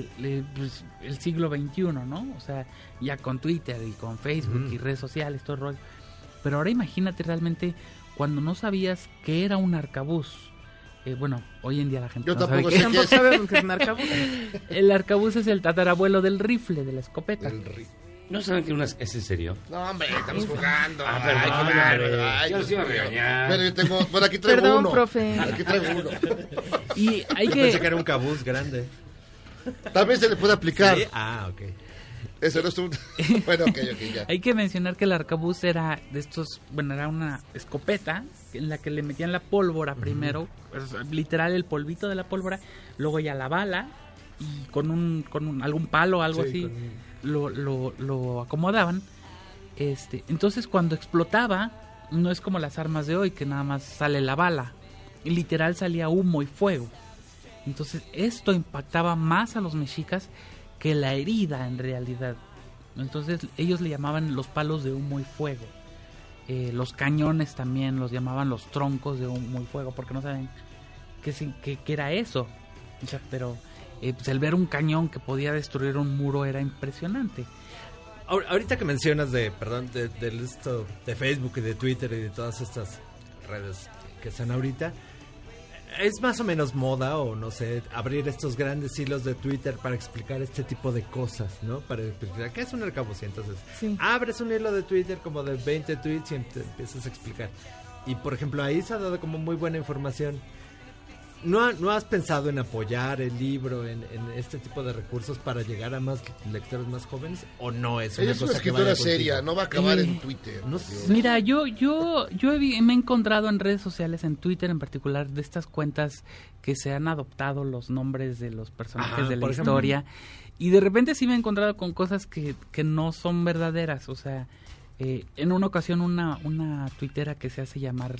el siglo XXI, ¿no? O sea, ya con Twitter y con Facebook y redes sociales, todo el rollo. Pero ahora imagínate realmente cuando no sabías qué era un arcabuz. Bueno, hoy en día la gente Yo no tampoco sabe sé qué es. Sabemos que es un arcabuz. El arcabuz es el tatarabuelo del rifle, de la escopeta. ¿No saben que es en serio? No, hombre, estamos jugando. Perdón, yo los iba a regañar. Pero yo tengo, bueno, aquí traigo Perdón, uno. profe. Aquí traigo uno. Y hay Yo que... pensé que era un cabuz grande. También se le puede aplicar. ¿Sí? Ah, ok. Eso no es un... Bueno, ok, ya. Hay que mencionar que el arcabuz era de estos, bueno, era una escopeta en la que le metían la pólvora primero, literal el polvito de la pólvora, luego ya la bala y con algún palo o algo así lo acomodaban. Entonces cuando explotaba, no es como las armas de hoy que nada más sale la bala, literal salía humo y fuego. Entonces esto impactaba más a los mexicas que la herida en realidad. Entonces ellos le llamaban los palos de humo y fuego. Los cañones también los llamaban los troncos de humo y fuego, porque no saben qué era eso. O sea, pero pues el ver un cañón que podía destruir un muro era impresionante. Ahorita que mencionas de esto de Facebook y de Twitter y de todas estas redes que están ahorita, es más o menos moda, o no sé, abrir estos grandes hilos de Twitter para explicar este tipo de cosas, ¿no? Para explicar qué es un arcabuz. Entonces, abres un hilo de Twitter como de 20 tweets y te empiezas a explicar. Y, por ejemplo, ahí se ha dado como muy buena información. ¿No has pensado en apoyar el libro en este tipo de recursos para llegar a más lectores más jóvenes? ¿O no es una Ella es una cosa que escritora vaya seria, contigo? no va a acabar en Twitter. No sé. Mira, yo me he encontrado en redes sociales, en Twitter en particular, de estas cuentas que se han adoptado los nombres de los personajes de la por ejemplo. historia, y de repente sí me he encontrado con cosas que no son verdaderas. O sea, en una ocasión una tuitera que se hace llamar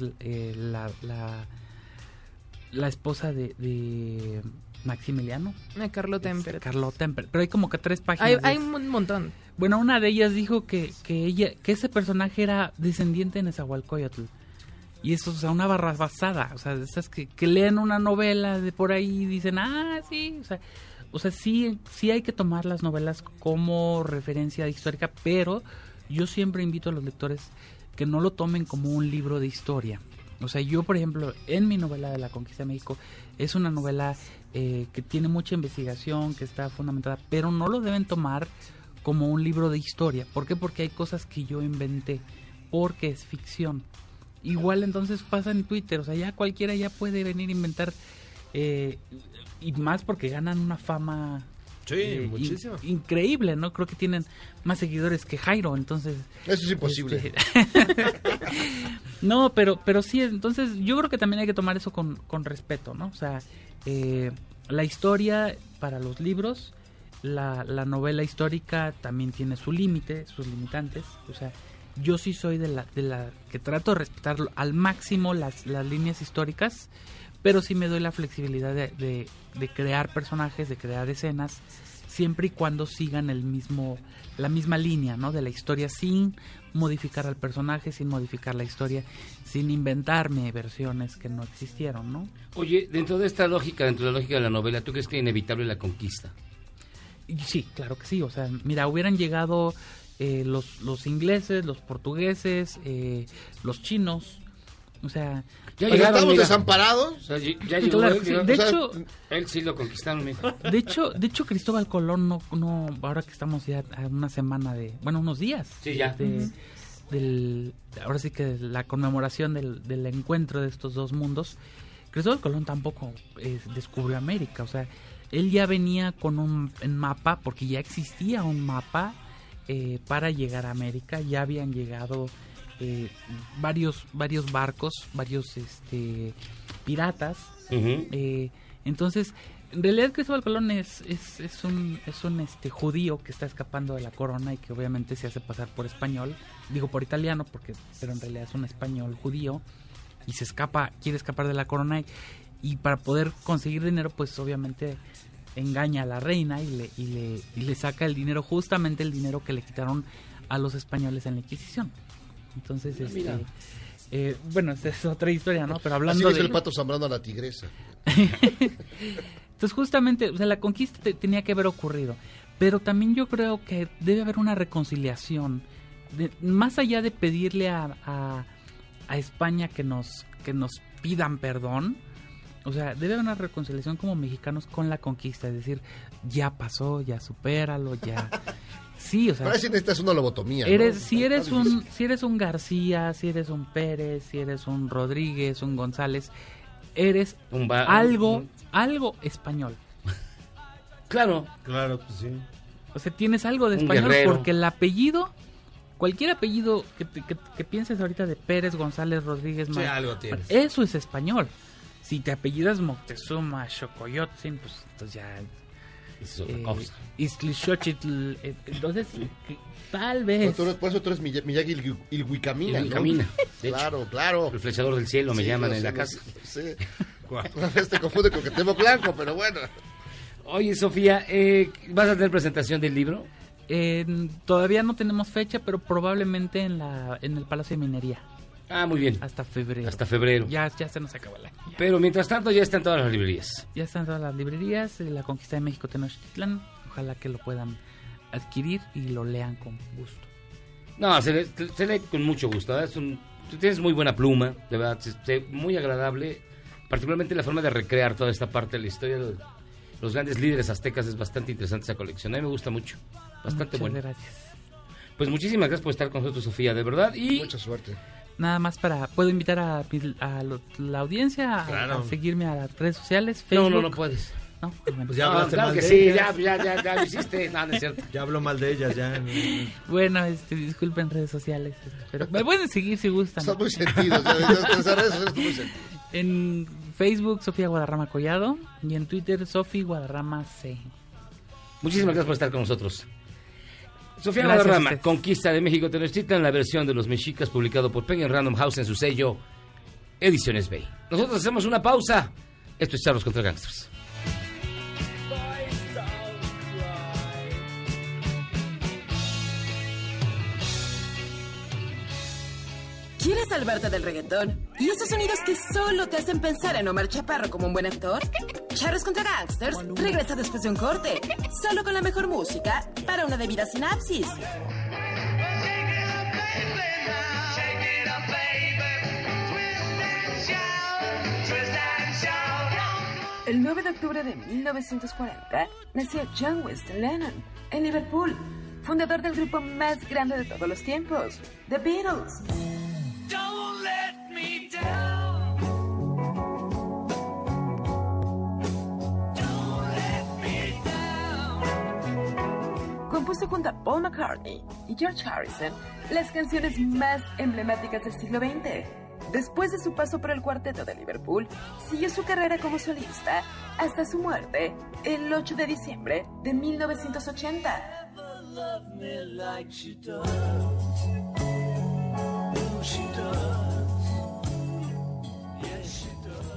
la esposa de Maximiliano. Carlota Emper. Carlota Emper. Pero hay como que 3 páginas. Hay un montón. Bueno, una de ellas dijo que ese personaje era descendiente de Nezahualcóyotl. Y eso, o sea, una barrabasada. O sea, de esas que leen una novela de por ahí y dicen, sí. O sea, sí hay que tomar las novelas como referencia histórica, pero yo siempre invito a los lectores que no lo tomen como un libro de historia. O sea, yo, por ejemplo, en mi novela de La Conquista de México, es una novela que tiene mucha investigación, que está fundamentada, pero no lo deben tomar como un libro de historia. ¿Por qué? Porque hay cosas que yo inventé, porque es ficción. Igual entonces pasa en Twitter, o sea, ya cualquiera ya puede venir a inventar, y más porque ganan una fama... Sí, muchísimo. Increíble, ¿no? Creo que tienen más seguidores que Jairo, entonces... Eso es imposible. No, pero sí, entonces yo creo que también hay que tomar eso con respeto, ¿no? O sea, la historia para los libros, la novela histórica también tiene su límite, sus limitantes. O sea, yo sí soy de la que trato de respetar al máximo las líneas históricas, pero sí me doy la flexibilidad de crear personajes, de crear escenas, siempre y cuando sigan la misma línea, ¿no? De la historia, sin modificar al personaje, sin modificar la historia, sin inventarme versiones que no existieron, ¿no? Oye, dentro de esta lógica, dentro de la lógica de la novela, ¿tú crees que es inevitable la conquista? Sí, claro que sí. O sea, mira, hubieran llegado los ingleses, los portugueses, los chinos. O sea, ya estamos desamparados. O sea, ya llegó claro, él, sí, ¿no? de O sea, hecho, él sí lo conquistaron. De hecho, Cristóbal Colón no, ahora que estamos ya a una semana unos días. Sí, ya. Ahora sí que la conmemoración del encuentro de estos dos mundos. Cristóbal Colón tampoco descubrió América, o sea, él ya venía con un mapa, porque ya existía un mapa para llegar a América, ya habían llegado varios barcos, varios piratas. Entonces, en realidad Cristóbal Colón es un judío que está escapando de la corona y que obviamente se hace pasar por español, digo por italiano, pero en realidad es un español judío y quiere escapar de la corona y para poder conseguir dinero, pues obviamente engaña a la reina y le saca el dinero, justamente el dinero que le quitaron a los españoles en la Inquisición. Entonces, bueno, esta es otra historia, ¿no? Pero hablando así es el Pato Zambrano a la tigresa. Entonces, justamente, o sea, la conquista tenía que haber ocurrido, pero también yo creo que debe haber una reconciliación, más allá de pedirle a España que nos pidan perdón. O sea, debe haber una reconciliación como mexicanos con la conquista, es decir, ya pasó, ya supéralo, ya. Sí, o sea. Pero si necesitas una lobotomía, ¿no? Si eres un García, si eres un Pérez, si eres un Rodríguez, un González, eres algo español. Claro, pues sí. O sea, tienes algo de español porque el apellido, cualquier apellido que pienses ahorita de Pérez, González, Rodríguez, sí, algo tienes. Eso es español. Si te apellidas Moctezuma, Xocoyotzin, pues entonces ya es otra cosa. Iztlixochitl, entonces tal vez. Por eso tú eres Miyagi Ilhuicamina, ¿no? Claro. El flechador del cielo me llaman en la casa. Sí. Una vez te confunde con que tengo blanco, pero bueno. Oye, Sofía, ¿vas a tener presentación del libro? Todavía no tenemos fecha, pero probablemente en el Palacio de Minería. Ah, muy bien. Hasta febrero. Ya se nos acabó el año. Pero mientras tanto ya está en todas las librerías. Ya está en todas las librerías. La Conquista de México Tenochtitlán. Ojalá que lo puedan adquirir y lo lean con gusto. No, se lee con mucho gusto. Tú tienes muy buena pluma, de verdad. Muy agradable. Particularmente la forma de recrear toda esta parte de la historia de los grandes líderes aztecas. Es bastante interesante esa colección. A mí me gusta mucho. Bastante bueno. Muchas gracias. Pues muchísimas gracias por estar con nosotros, Sofía, de verdad. Y mucha suerte. Nada más puedo invitar a la audiencia a seguirme a las redes sociales, Facebook. No puedes. No, pues ya hablaste claro mal que de sí, ellas. ya lo hiciste. No es cierto. Ya habló mal de ellas, ya. Bueno, disculpen redes sociales, pero me pueden seguir si gustan. Son muy sentidos, esas redes sociales son muy sentidos. En Facebook, Sofía Guadarrama Collado, y en Twitter, Sofi Guadarrama C. Muchísimas gracias por estar con nosotros. Sofía Guadarrama, Conquista de México Tenochtitlan, la versión de los mexicas, publicado por Penguin Random House en su sello Ediciones Bay. Nosotros hacemos una pausa. Esto es Charros contra Gangsters. ¿Quieres salvarte del reggaetón? ¿Y esos sonidos que solo te hacen pensar en Omar Chaparro como un buen actor? Charros contra Gangsters regresa después de un corte, solo con la mejor música para una debida sinapsis. El 9 de octubre de 1940 nació John Winston Lennon en Liverpool, fundador del grupo más grande de todos los tiempos, The Beatles. Don't let me down. Don't let me down. Compuso junto a Paul McCartney y George Harrison las canciones más emblemáticas del siglo XX. Después de su paso por el cuarteto de Liverpool, siguió su carrera como solista hasta su muerte el 8 de diciembre de 1980. Love me like she does. She does. Yes, she does.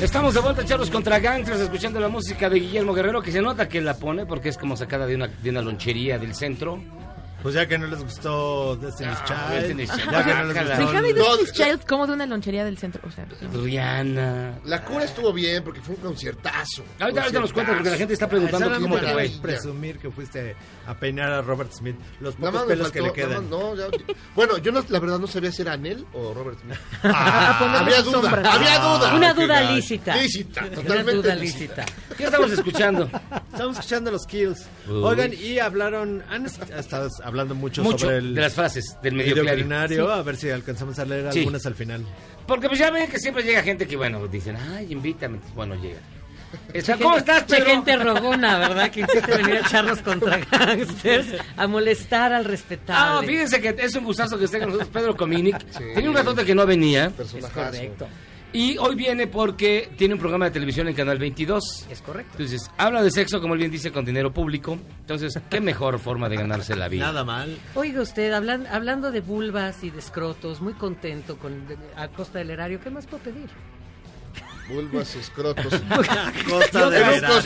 Estamos de vuelta, Charros contra Gangsters, escuchando la música de Guillermo Guerrero, que se nota que la pone porque es como sacada de una lonchería del centro. Pues ya que no les gustó Destiny's Child. Destiny's Child. Ya que no les gustó. Déjame Destiny's Child como de una lonchería del centro. O sea, Rihanna. La cura estuvo bien porque fue un conciertazo. Ahorita nos cuenta porque la gente está preguntando cómo te fue. Presumir que fuiste a peinar a Robert Smith. Los pocos Nada más pelos me que le faltó, quedan. Bueno, yo la verdad no sabía si era Anel o Robert Smith. Había duda. Una duda lícita. Totalmente Una duda lícita. ¿Qué estamos escuchando? Estamos escuchando los Kills. Oigan, y han estado hablando mucho sobre de las frases del medioclinario. A ver si alcanzamos a leer algunas al final. Porque pues ya ven que siempre llega gente que, bueno, dicen, ay, invítame. Bueno, llega. ¿Cómo estás, Pedro? Gente rogona, ¿verdad? Que insiste venir a echarnos contra gangsters, a molestar al respetable. Fíjense que es un gustazo que esté con nosotros Pedro Cominic. Tenía un ratote que no venía. Es correcto. Y hoy viene porque tiene un programa de televisión en Canal 22. Es correcto. Entonces, habla de sexo, como él bien dice, con dinero público. Entonces, ¿qué mejor forma de ganarse la vida? Nada mal. Oiga usted, hablando de vulvas y de escrotos, muy contento a costa del erario, ¿qué más puedo pedir? Vulvas, escrotos. Costa del erario.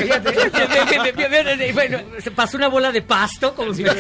Bueno, se pasó una bola de pasto como si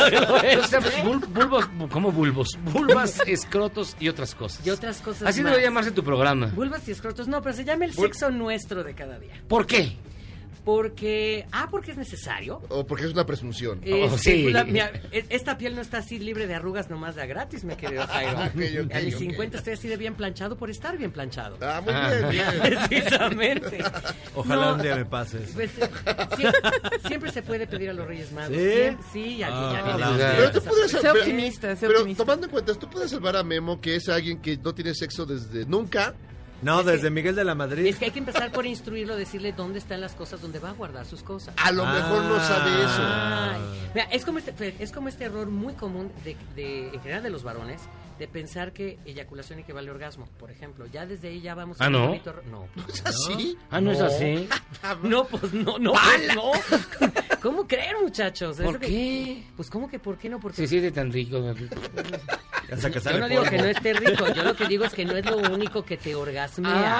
¿Cómo bulbos? Vulvas, escrotos y otras cosas. Y otras cosas Así más. debe llamarse tu programa. Vulvas y escrotos, no, pero se llama el sexo nuestro de cada día. ¿Por qué? Porque es necesario. O porque es una presunción. Sí. Mira, esta piel no está así libre de arrugas nomás de a gratis, me querido Jairo. A mis 50 estoy así de bien planchado por estar bien planchado. Muy bien. Precisamente. Ojalá un día me pases. Pues, siempre se puede pedir a los Reyes Magos. ¿Sí? Pero tú podrías Sé optimista. Pero tomando en cuenta, tú puedes salvar a Memo, que es alguien que no tiene sexo desde nunca. No, desde Miguel de la Madrid. Es que hay que empezar por instruirlo, decirle dónde están las cosas, dónde va a guardar sus cosas. A lo mejor no sabe eso. Mira, es como este error muy común en general de los varones, de pensar que eyaculación equivale a orgasmo, por ejemplo. Ya desde ahí ya vamos a ¿no? un bonito no. ¿Es así? ¿No es así? No, pues no. No. ¿Cómo creer, muchachos? ¿Por qué? Pues ¿cómo que por qué no? Porque Se siente tan rico. yo no digo que no esté rico, yo lo que digo es que no es lo único que te orgasmea.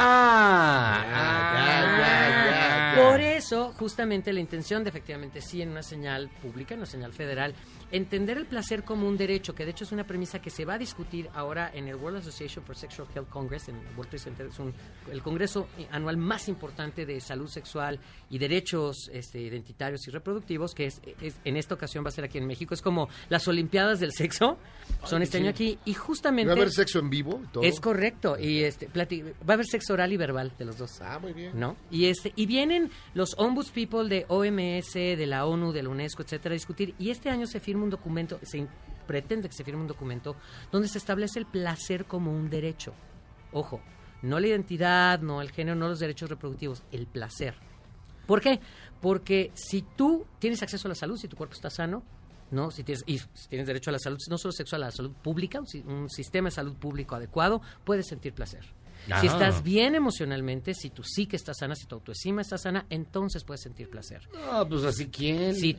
Por eso, justamente la intención de efectivamente sí en una señal pública, en una señal federal, entender el placer como un derecho, que de hecho es una premisa que se va a discutir ahora en el World Association for Sexual Health Congress, en el World Trade Center, es el congreso anual más importante de salud sexual y derechos identitarios y reproductivos, que es en esta ocasión va a ser aquí en México. Es como las Olimpiadas del sexo, son este año aquí, y justamente... ¿Va a haber sexo en vivo? ¿Todo? Es correcto, y va a haber sexo oral y verbal de los dos. Muy bien. ¿No? Y vienen los ombudspeople de OMS, de la ONU, de la UNESCO, etcétera, a discutir, y este año se firma un documento, pretende que se firme un documento donde se establece el placer como un derecho. Ojo, no la identidad, no el género, no los derechos reproductivos, el placer. ¿Por qué? Porque si tú tienes acceso a la salud, si tu cuerpo está sano, ¿no? Si tienes derecho a la salud, no solo sexual, a la salud pública, un sistema de salud público adecuado, puedes sentir placer. Si estás bien emocionalmente, si tu psique está sana, si tu autoestima está sana, entonces puedes sentir placer. No, pues así quién. Si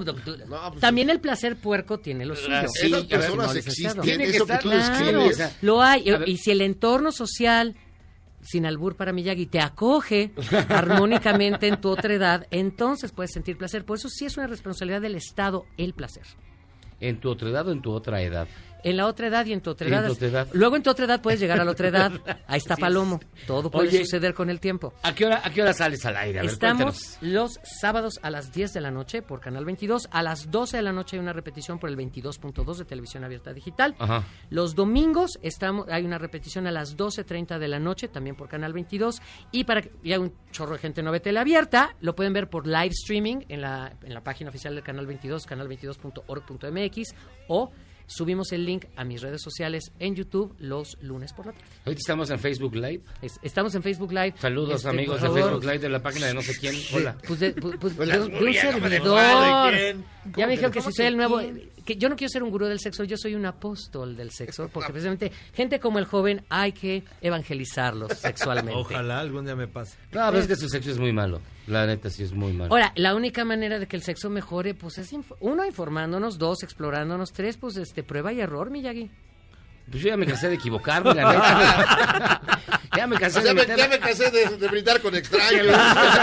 también el placer puerco tiene lo suyo. Esas personas existen. Tiene que eso estar, que tú describes. claro. Lo hay. Y si el entorno social, sin albur para Miyagi, te acoge armónicamente en tu otra edad, entonces puedes sentir placer. Por eso sí es una responsabilidad del Estado el placer. ¿En tu otra edad o en tu otra edad? En la otra edad y en tu otra ¿Y en edad. tu otra edad? Luego en tu otra edad puedes llegar a la otra edad. Ahí está Palomo. Todo puede suceder con el tiempo. ¿A qué hora sales al aire? A ver, Estamos cuéntanos. los sábados a las 10 de la noche por Canal 22. A las 12 de la noche hay una repetición por el 22.2 de Televisión Abierta Digital. Ajá. Los domingos hay una repetición a las 12:30 de la noche, también por Canal 22. Y para que ya un chorro de gente no ve tele abierta, lo pueden ver por live streaming en la página oficial del Canal 22, canal22.org.mx, o subimos el link a mis redes sociales en YouTube los lunes por la tarde. Ahorita estamos en Facebook Live. Estamos en Facebook Live. Saludos, amigos de por favor. Facebook Live de la página de no sé quién. Hola. De un ya no me servidor. ¿quién? Ya me dijeron que si ¿Cómo soy que el nuevo... quién? Que yo no quiero ser un gurú del sexo, yo soy un apóstol del sexo, porque precisamente gente como el joven hay que evangelizarlos sexualmente. Ojalá algún día me pase. No, pero es que su sexo es muy malo. La neta sí es muy malo. Ahora, la única manera de que el sexo mejore, pues es uno, informándonos; dos, explorándonos; tres, pues prueba y error, Miyagi. Pues yo ya me cansé de equivocarme, la neta. Ya me cansé Ya me cansé de brindar con extraños.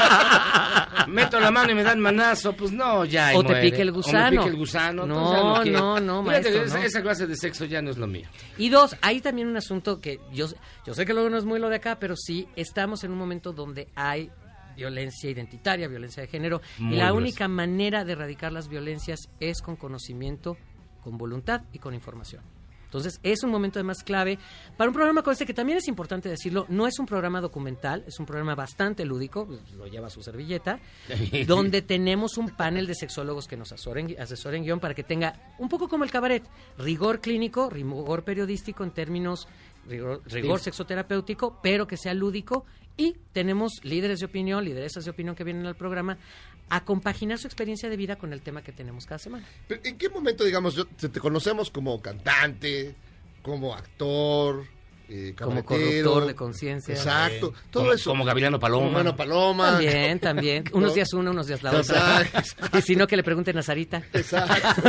Meto la mano y me dan manazo, pues no, ya. O te pique el gusano. O me pique el gusano. No, entonces ya no, Fíjate, maestro, no. Esa clase de sexo ya no es lo mío. Y dos, hay también un asunto que yo sé que luego no es muy lo de acá, pero sí estamos en un momento donde hay violencia identitaria, violencia de género, Muy y la gruesa. única manera de erradicar las violencias es con conocimiento, con voluntad y con información. Entonces, es un momento además clave para un programa como este, que también es importante decirlo, no es un programa documental, es un programa bastante lúdico, lo lleva su servilleta, donde tenemos un panel de sexólogos que nos asesoren guión para que tenga, un poco como el cabaret, rigor clínico, rigor periodístico en términos, rigor sexoterapéutico, pero que sea lúdico, y tenemos líderes de opinión, lideresas de opinión que vienen al programa a compaginar su experiencia de vida con el tema que tenemos cada semana. Pero, ¿en qué momento, digamos, te conocemos como cantante, como actor, como cabaretero, corruptor de conciencia? Exacto, todo como, eso. Como Gavilano Paloma. Como Gavilano Paloma. También. Unos días uno, unos días la otra. Exacto. Y si no, que le pregunten a Sarita. Exacto.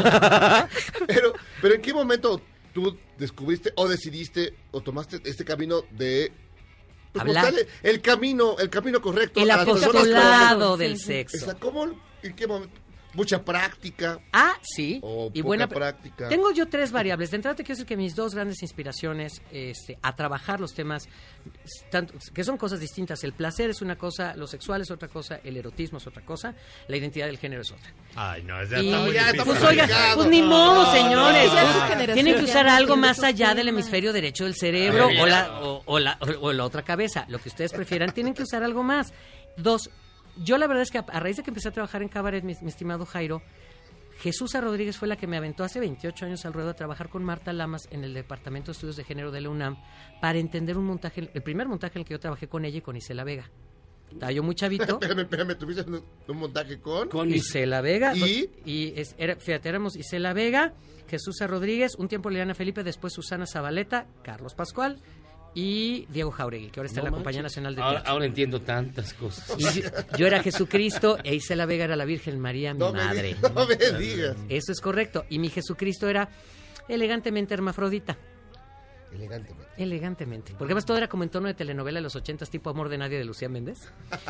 pero ¿en qué momento tú descubriste o decidiste o tomaste este camino de hablar? El camino correcto. El a las personas apostolado que- del sexo. Exacto. ¿Cómo? ¿En qué momento? Mucha práctica. Sí. O Y poca buena práctica. Tengo yo 3 variables. De entrada te quiero decir que mis 2 grandes inspiraciones a trabajar los temas, que son cosas distintas. El placer es una cosa, lo sexual es otra cosa, el erotismo es otra cosa, la identidad del género es otra. Ay, no, es Y, muy difícil. pues oiga, pues ni modo, señores. Es que ya Pues, su generación tienen que ya usar no algo entiende más esos allá del temas. hemisferio derecho del cerebro Ay, o la otra cabeza. Lo que ustedes prefieran, tienen que usar algo más. 2, yo la verdad es que a raíz de que empecé a trabajar en cabaret, mi estimado Jairo, Jesús Rodríguez fue la que me aventó hace 28 años al ruedo a trabajar con Marta Lamas en el Departamento de Estudios de Género de la UNAM para entender un montaje, el primer montaje en el que yo trabajé con ella y con Isela Vega. Estaba yo muy chavito. Espérame, ¿tuviste un montaje con Isela Vega. ¿Y? Fíjate, éramos Isela Vega, Jesús Rodríguez, un tiempo Liliana Felipe, después Susana Zabaleta, Carlos Pascual y Diego Jauregui, que ahora está en la Compañía Nacional de Teatro. Ahora entiendo tantas cosas. Y yo era Jesucristo e Isela Vega era la Virgen María, mi madre. No me digas. Eso es correcto. Y mi Jesucristo era elegantemente hermafrodita. Elegantemente. Porque además todo era como en tono de telenovela de los 80s, tipo Amor de Nadie de Lucía Méndez.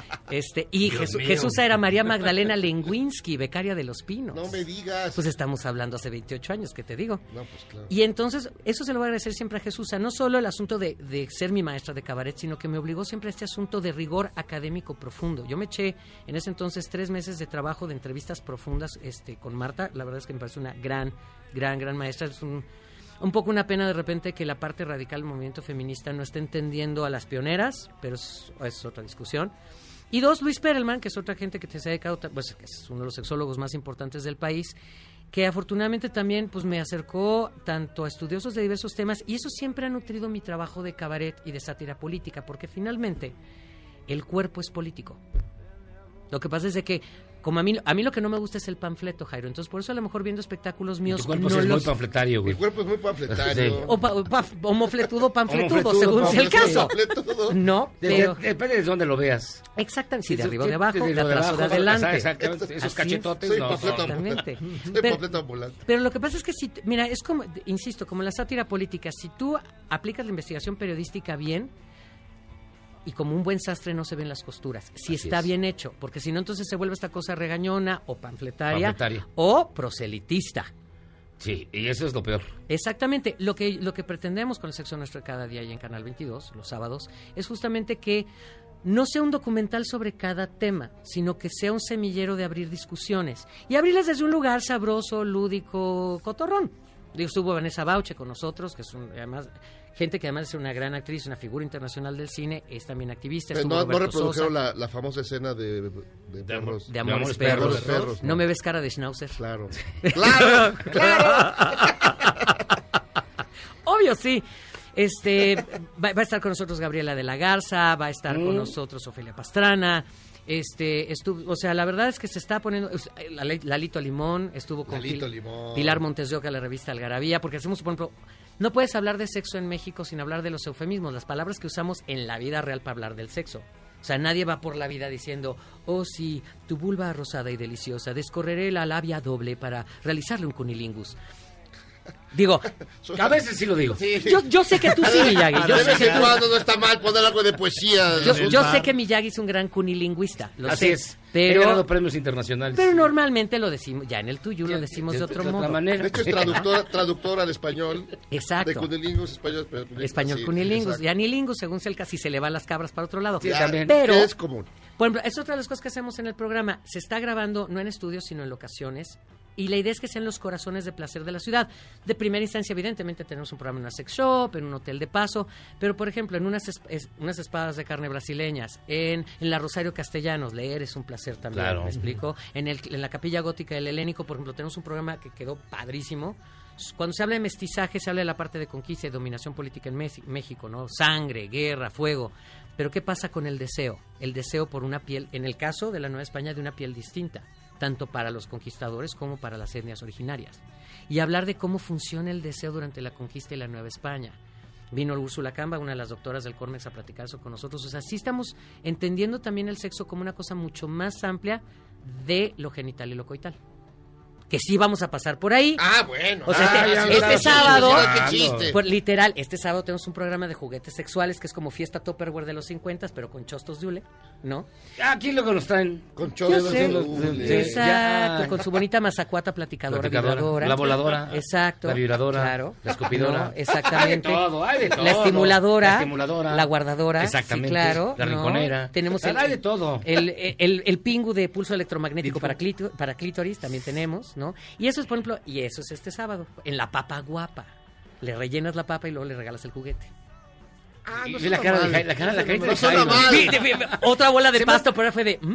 Y Dios mío. Jesús era María Magdalena Lenguinsky, becaria de Los Pinos. No me digas. Pues estamos hablando hace 28 años, ¿qué te digo? No, pues claro. Y entonces, eso se lo voy a agradecer siempre a Jesús, no solo el asunto de ser mi maestra de cabaret, sino que me obligó siempre a este asunto de rigor académico profundo. Yo me eché en ese entonces 3 meses de trabajo de entrevistas profundas con Marta. La verdad es que me parece una gran maestra. Es un poco una pena de repente que la parte radical del movimiento feminista no esté entendiendo a las pioneras, pero es otra discusión. Y 2, Luis Perelman, que es otra gente que se ha dedicado, pues que es uno de los sexólogos más importantes del país, que afortunadamente también pues me acercó tanto a estudiosos de diversos temas, y eso siempre ha nutrido mi trabajo de cabaret y de sátira política, porque finalmente el cuerpo es político. Lo que pasa es de que como a mí lo que no me gusta es el panfleto, Jairo. Entonces, por eso a lo mejor viendo espectáculos míos... Tu cuerpo sí es muy panfletario, güey. Mi cuerpo es muy panfletario. Sí. Homofletudo, panfletudo, según sea el caso. No, pero... Depende de dónde lo veas. Exactamente, si de arriba o de abajo, de atrás o de adelante. Exactamente, esos cachetotes. Soy no, panfleto exactamente. panfleto ambulante. Pero lo que pasa es que si... Mira, es como, insisto, como la sátira política. Si tú aplicas la investigación periodística bien... Y como un buen sastre no se ven las costuras. Si Así está es. bien hecho. Porque si no, entonces se vuelve esta cosa regañona o panfletaria. Panfletaria. O proselitista. Sí, y eso es lo peor. Exactamente. Lo que pretendemos con el Sexo Nuestro de cada día y en Canal 22, los sábados, es justamente que no sea un documental sobre cada tema, sino que sea un semillero de abrir discusiones. Y abrirlas desde un lugar sabroso, lúdico, cotorrón. Estuvo Vanessa Bauche con nosotros, que es además... Gente que además es una gran actriz, una figura internacional del cine, es también activista. No Roberto reprodujeron Sosa, la famosa escena de perros. de Amores Perros. No me ves cara de Schnauzer. Claro. ¡Claro! Obvio, sí. Va a estar con nosotros Gabriela de la Garza, va a estar con nosotros Ofelia Pastrana. O sea, la verdad es que se está poniendo... Lalito Limón estuvo con Pilar Montes de Oca, la revista Algarabía, porque hacemos, por ejemplo... No puedes hablar de sexo en México sin hablar de los eufemismos, las palabras que usamos en la vida real para hablar del sexo. O sea, nadie va por la vida diciendo, oh sí, tu vulva rosada y deliciosa, descorreré la labia doble para realizarle un cunilingus. Digo, a veces sí lo digo. Sí. Yo sé que tú sí, Miyagi. De vez en cuando no está mal poner algo de poesía. Yo sé que Miyagi es un gran cunilingüista. Lo Así sé, es. Pero, he ganado premios internacionales. Pero normalmente lo decimos, ya en el tuyo lo decimos de otro modo. manera. De hecho, es traductor al español. Exacto. De cunilingus, Español sí, cunilingus. exacto. Y anilingus, según sea el caso, si se le van las cabras para otro lado. Sí, también. Pero, es común. Por ejemplo, es otra de las cosas que hacemos en el programa. Se está grabando no en estudios, sino en locaciones. Y la idea es que sean los corazones de placer de la ciudad. De primera instancia, evidentemente, tenemos un programa en una sex shop, en un hotel de paso, pero, por ejemplo, en unas espadas de carne brasileñas, en la Rosario Castellanos, leer es un placer también, Claro. ¿me explico? En la Capilla Gótica del Helénico, por ejemplo, tenemos un programa que quedó padrísimo. Cuando se habla de mestizaje, se habla de la parte de conquista y dominación política en México, ¿no? Sangre, guerra, fuego. Pero ¿qué pasa con el deseo? El deseo por una piel, en el caso de la Nueva España, de una piel distinta, tanto para los conquistadores como para las etnias originarias. Y hablar de cómo funciona el deseo durante la conquista y la Nueva España. Vino Úrsula Camba, una de las doctoras del Cormex, a platicar eso con nosotros. O sea, sí estamos entendiendo también el sexo como una cosa mucho más amplia de lo genital y lo coital. Que sí vamos a pasar por ahí. Ah, bueno. O sea, este sábado, qué chiste. pues, literal, este sábado tenemos un programa de juguetes sexuales que es como fiesta Tupperware de los 50, pero con chostos de hule, ¿no? Aquí luego nos traen. Con Yo chostos sé. de hule. Exacto, Ya. con su bonita mazacuata platicadora, vibradora. La voladora. Exacto. La vibradora. Claro. La escupidora. No, exactamente. Hay de todo, hay de todo. La estimuladora. La estimuladora. La guardadora. Exactamente. Sí, claro. La ¿no? rinconera. Tenemos Hay de todo. el pingu de pulso electromagnético para clítoris también tenemos, ¿no? Y eso es, por ejemplo, y eso es este sábado, en la papa guapa. Le rellenas la papa y luego le regalas el juguete. Y la cara de la cara de Jaime. No suena mal. Otra bola de pasto, pero fue de...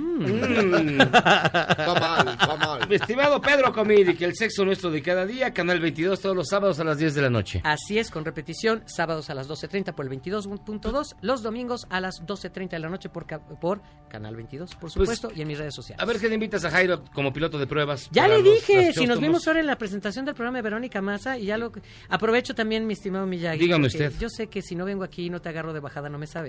Va mal. Mi estimado Pedro Comidi, que el sexo nuestro de cada día, Canal 22, todos los sábados a las 10 de la noche. Así es, con repetición, sábados a las 12:30 por el 22.2, los domingos a las 12:30 de la noche por Canal 22, por supuesto, y en mis redes sociales. A ver, ¿qué le invitas a Jairo como piloto de pruebas? Ya para le dije, los si nos shows vimos ahora en la presentación del programa de Verónica Massa, y ya lo aprovecho también, mi estimado Miyagi. Dígame porque usted. Yo sé que si no vengo aquí y no te agarro de bajada, no me sabe.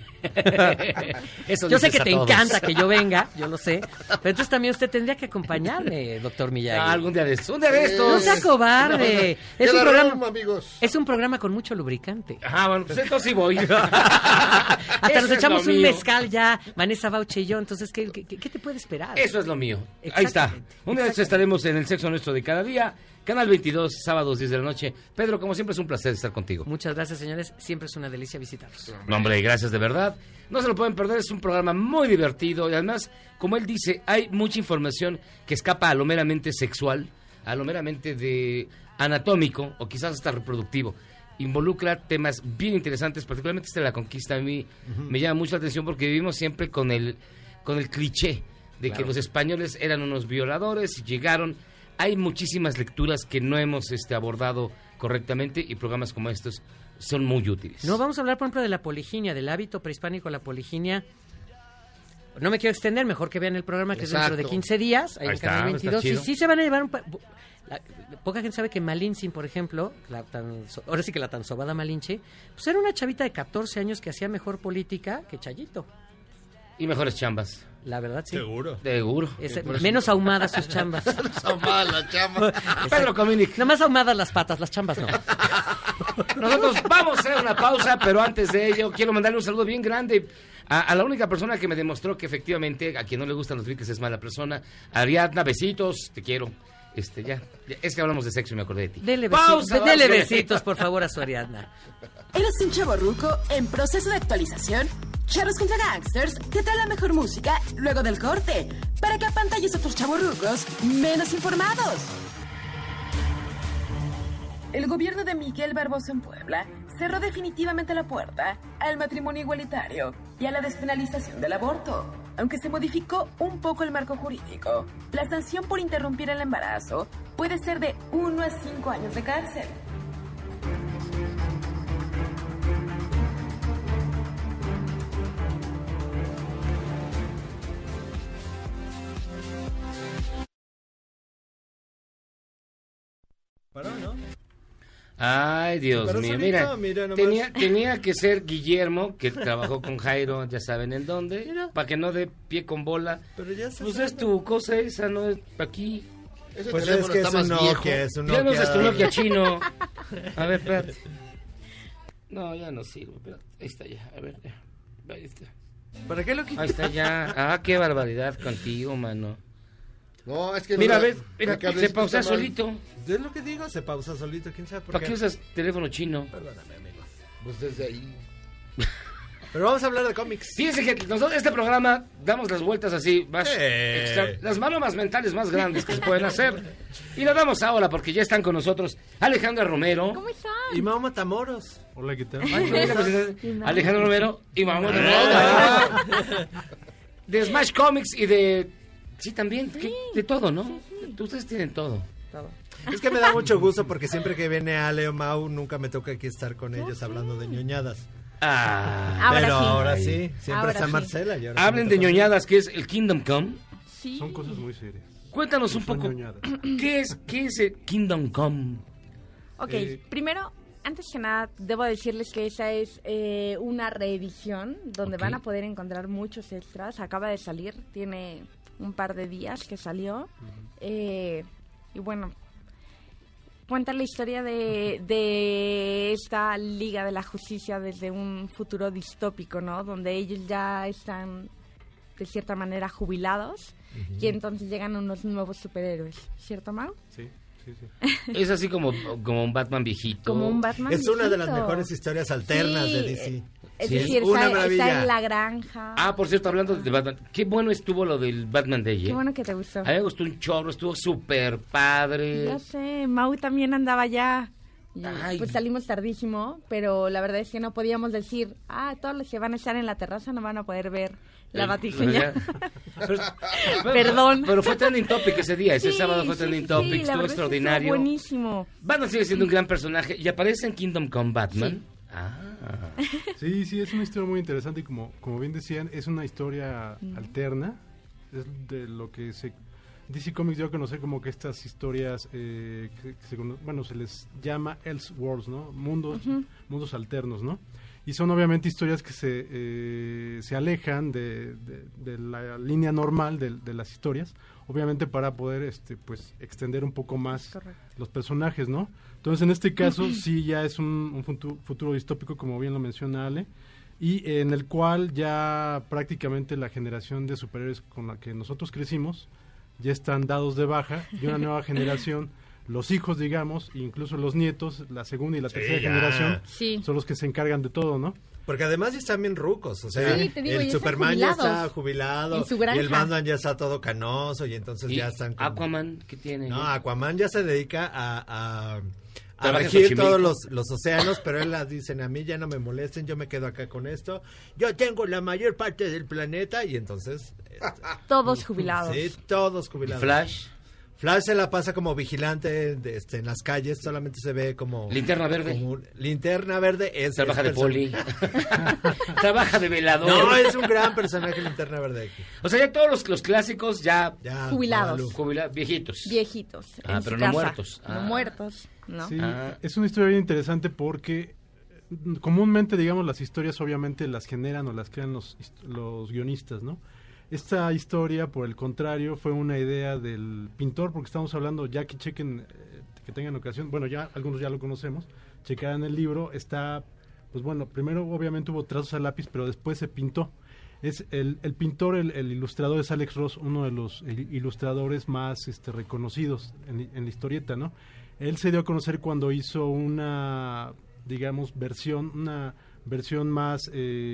Eso Yo sé dices que a te todos. encanta que yo venga, yo lo sé, pero entonces también usted tendría que acompañarme, doctor Miyagi. Algún día de estos. Un día de estos. No sea cobarde. Ya Es un la programa, Roma, amigos. es un programa con mucho lubricante. Ah, bueno, pues entonces sí voy. Hasta Eso nos es echamos lo un mío. mezcal ya, Vanessa Bauche y yo, entonces, ¿qué te puede esperar? Eso es lo mío. Ahí está. Exactamente. Un día de estos estaremos en el sexo nuestro de cada día. Canal 22, sábados 10 de la noche. Pedro, como siempre es un placer estar contigo. Muchas gracias, señores. Siempre es una delicia visitarlos. No, hombre, gracias de verdad. No se lo pueden perder, es un programa muy divertido y además, como él dice, hay mucha información que escapa a lo meramente sexual, a lo meramente de anatómico o quizás hasta reproductivo. Involucra temas bien interesantes, particularmente este de la conquista. A mí me llama mucho la atención porque vivimos siempre con el cliché de que los españoles eran unos violadores y llegaron. Hay muchísimas lecturas que no hemos abordado correctamente y programas como estos son muy útiles. No, vamos a hablar, por ejemplo, de la poliginia, del hábito prehispánico, la poliginia. No me quiero extender, mejor que vean el programa que es dentro de 15 días, ahí en está, Canal está 22. Y chido. sí se van a llevar poca gente sabe que Malintzin, por ejemplo, ahora sí que la tan sobada Malinche, pues era una chavita de 14 años que hacía mejor política que Chayito. Y mejores chambas. La verdad, sí. Seguro. Menos ahumadas sus chambas. Ahumada la chamba. Pedro Cominic. Nomás ahumadas las patas, las chambas no. Nosotros vamos a hacer una pausa, pero antes de ello quiero mandarle un saludo bien grande a la única persona que me demostró que efectivamente a quien no le gustan los Beatles es mala persona. Ariadna, besitos, te quiero. Ya, es que hablamos de sexo y me acordé de ti. Dele Pausa, besitos, por favor, a su Ariadna. ¿Eres un chavorruco en proceso de actualización? Charros contra Gangsters te trae la mejor música luego del corte, para que apantalles a otros chavorrucos menos informados. El gobierno de Miguel Barbosa en Puebla cerró definitivamente la puerta al matrimonio igualitario y a la despenalización del aborto, aunque se modificó un poco el marco jurídico. La sanción por interrumpir el embarazo puede ser de 1 a 5 años de cárcel. Paró, ¿no? Ay, Dios Pero mío, solito, mira, nomás. tenía que ser Guillermo, que trabajó con Jairo, ya saben en dónde, para que no dé pie con bola. Pero ya se Pues sabe. es tu cosa esa, no es aquí. Ese Pues teléfono es que está es un más Nokia, viejo. es un Ya no uses tu Nokia. Nokia chino. A ver, espérate. No, ya no sirve. Espérate. Ahí está ya. A ver, ya. Ahí está. ¿Para qué lo quitas? Ahí está ya. Ah, qué barbaridad contigo, mano. No, es que... Mira, no, ves, mira, el cablecito se pausa está mal. solito. Es lo que digo, se pausa solito, quién sabe por ¿Para qué usas teléfono chino? Perdóname, amigo. Pues desde ahí. Pero vamos a hablar de cómics. Fíjense que nosotros este programa damos las vueltas así, más Eh. las manos mentales más grandes que se pueden hacer. Y lo damos ahora porque ya están con nosotros Alejandra Romero. ¿Cómo están? Y Mau Matamoros. Hola, ¿qué tal? Ay, mira, pues, Alejandra Romero y Mau Matamoros. De Smash Comics y de... Sí, también, de todo, ¿no? Ustedes tienen todo. Es que me da mucho gusto porque siempre que viene Ale o Mau, nunca me toca aquí estar con ellos hablando de ñoñadas. Pero ahora sí, siempre Ahora está sí. Marcela. Y ahora Hablen sí de me toca a mí. ñoñadas, que es el Kingdom Come. Sí. Son cosas muy serias. Cuéntanos un Son poco, ñoñadas. ¿qué es el Kingdom Come? Ok, Eh, primero, antes que nada, debo decirles que esa es una reedición donde Ok. van a poder encontrar muchos extras. Acaba de salir, tiene un par de días que salió. Y bueno, cuenta la historia de esta Liga de la Justicia desde un futuro distópico, ¿no? Donde ellos ya están, de cierta manera, jubilados. Y entonces llegan unos nuevos superhéroes. ¿Cierto, Mau? Sí, sí, sí. Es así como un Batman viejito. Como un Batman Es una de las viejito. mejores historias alternas Sí, de DC. Es Sí. decir, Una está maravilla. en la granja. Ah, por cierto, hablando de Batman, qué bueno estuvo lo del Batman Day, ¿eh? Qué bueno que te gustó. A mí me gustó un chorro, estuvo súper padre. Ya sé, Mau también andaba allá. Y, Ay. pues salimos tardísimo, pero la verdad es que no podíamos decir, todos los que van a estar en la terraza no van a poder ver la batiseñal. Perdón. Pero fue trending topic ese día, ese Sí, sábado fue sí, trending sí, topic, la estuvo verdad es que extraordinario. estuvo buenísimo. Batman sigue siendo un gran personaje y aparece en Kingdom Come Batman. Sí, sí, es una historia muy interesante y como bien decían, es una historia alterna. Es de lo que DC Comics dio a conocer como que estas historias, que se les llama Elseworlds, ¿no? Mundos alternos, ¿no? Y son obviamente historias que se alejan de la línea normal de las historias, obviamente para poder pues extender un poco más los personajes, ¿no? Entonces en este caso sí ya es un futuro distópico, como bien lo menciona Ale, y en el cual ya prácticamente la generación de superhéroes con la que nosotros crecimos ya están dados de baja, y una nueva generación, los hijos, digamos, incluso los nietos, la segunda y la tercera ya. generación, son los que se encargan de todo, ¿no? Porque además ya están bien rucos, o sea, Sí, te digo, el ya están Superman ya jubilados está jubilado en su y granja. el Batman ya está todo canoso y entonces ¿Y ya están como... Aquaman qué tiene? No, Aquaman ya se dedica a Trabaja en regir Xochimilco. todos los océanos, pero él las dicen, a mí ya no me molesten, yo me quedo acá con esto, yo tengo la mayor parte del planeta y entonces... Todos jubilados. Sí, todos jubilados. Flash. Flash se la pasa como vigilante en las calles, solamente se ve como... Linterna verde. Linterna verde es... Trabaja de es poli. Trabaja de velador. No, es un gran personaje Linterna verde aquí. O sea, ya todos los clásicos ya... Jubilados. Viejitos. Viejitos. Ah, en pero su no casa. muertos. No muertos, ¿no? Sí, es una historia bien interesante porque comúnmente, digamos, las historias obviamente las generan o las crean los guionistas, ¿no? Esta historia, por el contrario, fue una idea del pintor, porque estamos hablando, ya que chequen, que tengan ocasión, bueno, ya algunos ya lo conocemos, checarán el libro, está, pues bueno, primero obviamente hubo trazos a lápiz, pero después se pintó. Es el pintor, el ilustrador es Alex Ross, uno de los ilustradores más reconocidos en la historieta, ¿no? Él se dio a conocer cuando hizo una, digamos, una versión más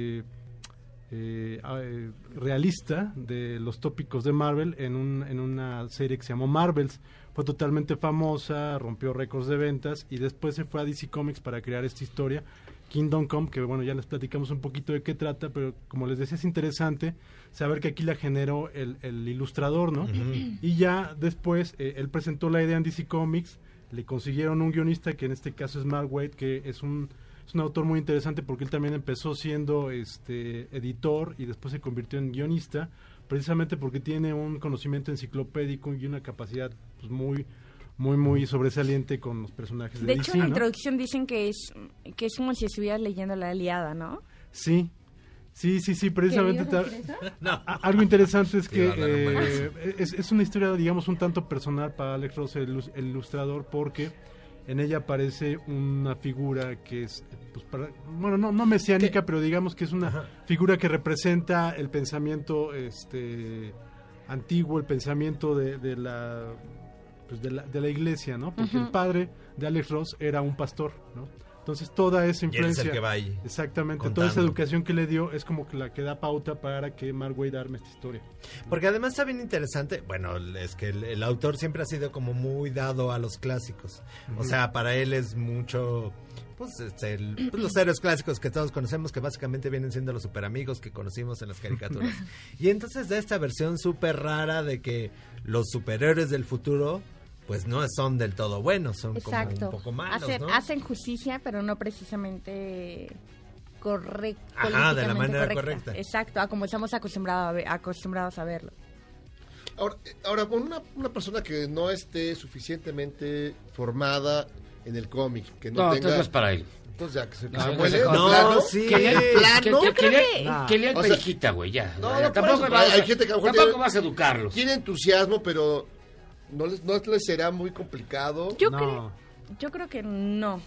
realista de los tópicos de Marvel en una serie que se llamó Marvels. Fue totalmente famosa, rompió récords de ventas y después se fue a DC Comics para crear esta historia Kingdom Come, que bueno, ya les platicamos un poquito de qué trata, pero como les decía, es interesante saber que aquí la generó el ilustrador, ¿no? Y ya después él presentó la idea en DC Comics, le consiguieron un guionista, que en este caso es Mark Waid, que es un autor muy interesante porque él también empezó siendo editor y después se convirtió en guionista, precisamente porque tiene un conocimiento enciclopédico y una capacidad pues, muy sobresaliente con los personajes de De DC, hecho, en la ¿no? introducción dicen que es como si estuvieras leyendo La Ilíada, ¿no? Sí, Sí, precisamente. Algo interesante es que es una historia, digamos, un tanto personal para Alex Ross, el ilustrador, porque en ella aparece una figura que es, pues, no mesiánica, pero digamos que es una figura que representa el pensamiento antiguo, el pensamiento de la iglesia, ¿no? Porque el padre de Alex Ross era un pastor, ¿no? Entonces toda esa influencia, y él es el que va ahí exactamente, contando. toda esa educación que le dio es como que la que da pauta para que Mark Waid arme esta historia. Porque además está bien interesante, bueno, es que el autor siempre ha sido como muy dado a los clásicos. O sea, para él es mucho, pues, los héroes clásicos que todos conocemos, que básicamente vienen siendo los superamigos que conocimos en las caricaturas. Y entonces da esta versión súper rara de que los superhéroes del futuro pues no son del todo buenos, son como un poco malos, ¿no? Hacen justicia, pero no precisamente correcta. Ajá, de la manera correcta. Exacto, a como estamos acostumbrados a verlo. Ahora una persona que no esté suficientemente formada en el cómic, que no tenga... entonces no es para él. Entonces ya, que se muele. Que lea el periquita, güey, ya. Tampoco vas a educarlos. Tiene entusiasmo, pero... ¿No les será muy complicado? Yo creo que no,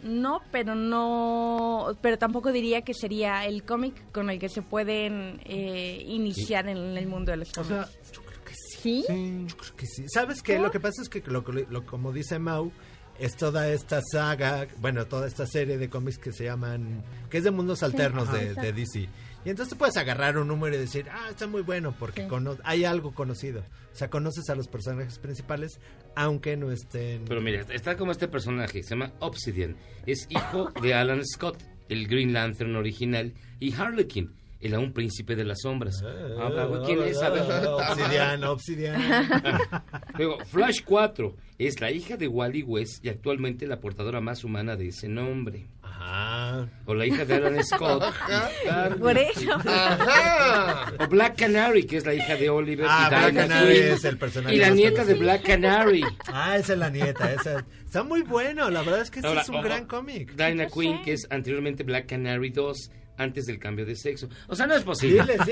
pero tampoco diría que sería el cómic con el que se pueden iniciar en el mundo de los cómics. O sea, yo creo que sí. Yo creo que sí. ¿Sabes qué? Lo que pasa es que, como dice Mau, es toda esta saga, bueno, toda esta serie de cómics que se llaman, que es de mundos alternos de DC. Y entonces puedes agarrar un número y decir, está muy bueno, porque hay algo conocido. O sea, conoces a los personajes principales, aunque no estén... Pero mira, está como este personaje, se llama Obsidian. Es hijo de Alan Scott, el Green Lantern original, y Harlequin, el aún príncipe de las sombras. ¿Quién es? Obsidian. Luego, Flash 4 es la hija de Wally West y actualmente la portadora más humana de ese nombre. Ajá. O la hija de Alan Scott. Por eso. Ajá. O Black Canary, que es la hija de Oliver y Black Dinah Canary Quinn. es el personaje. Y la nieta de Black Canary. Esa es la nieta. Está muy bueno, la verdad es que es un gran cómic. Dinah Quinn, que es anteriormente Black Canary 2, antes del cambio de sexo. O sea, no es posible. Diles.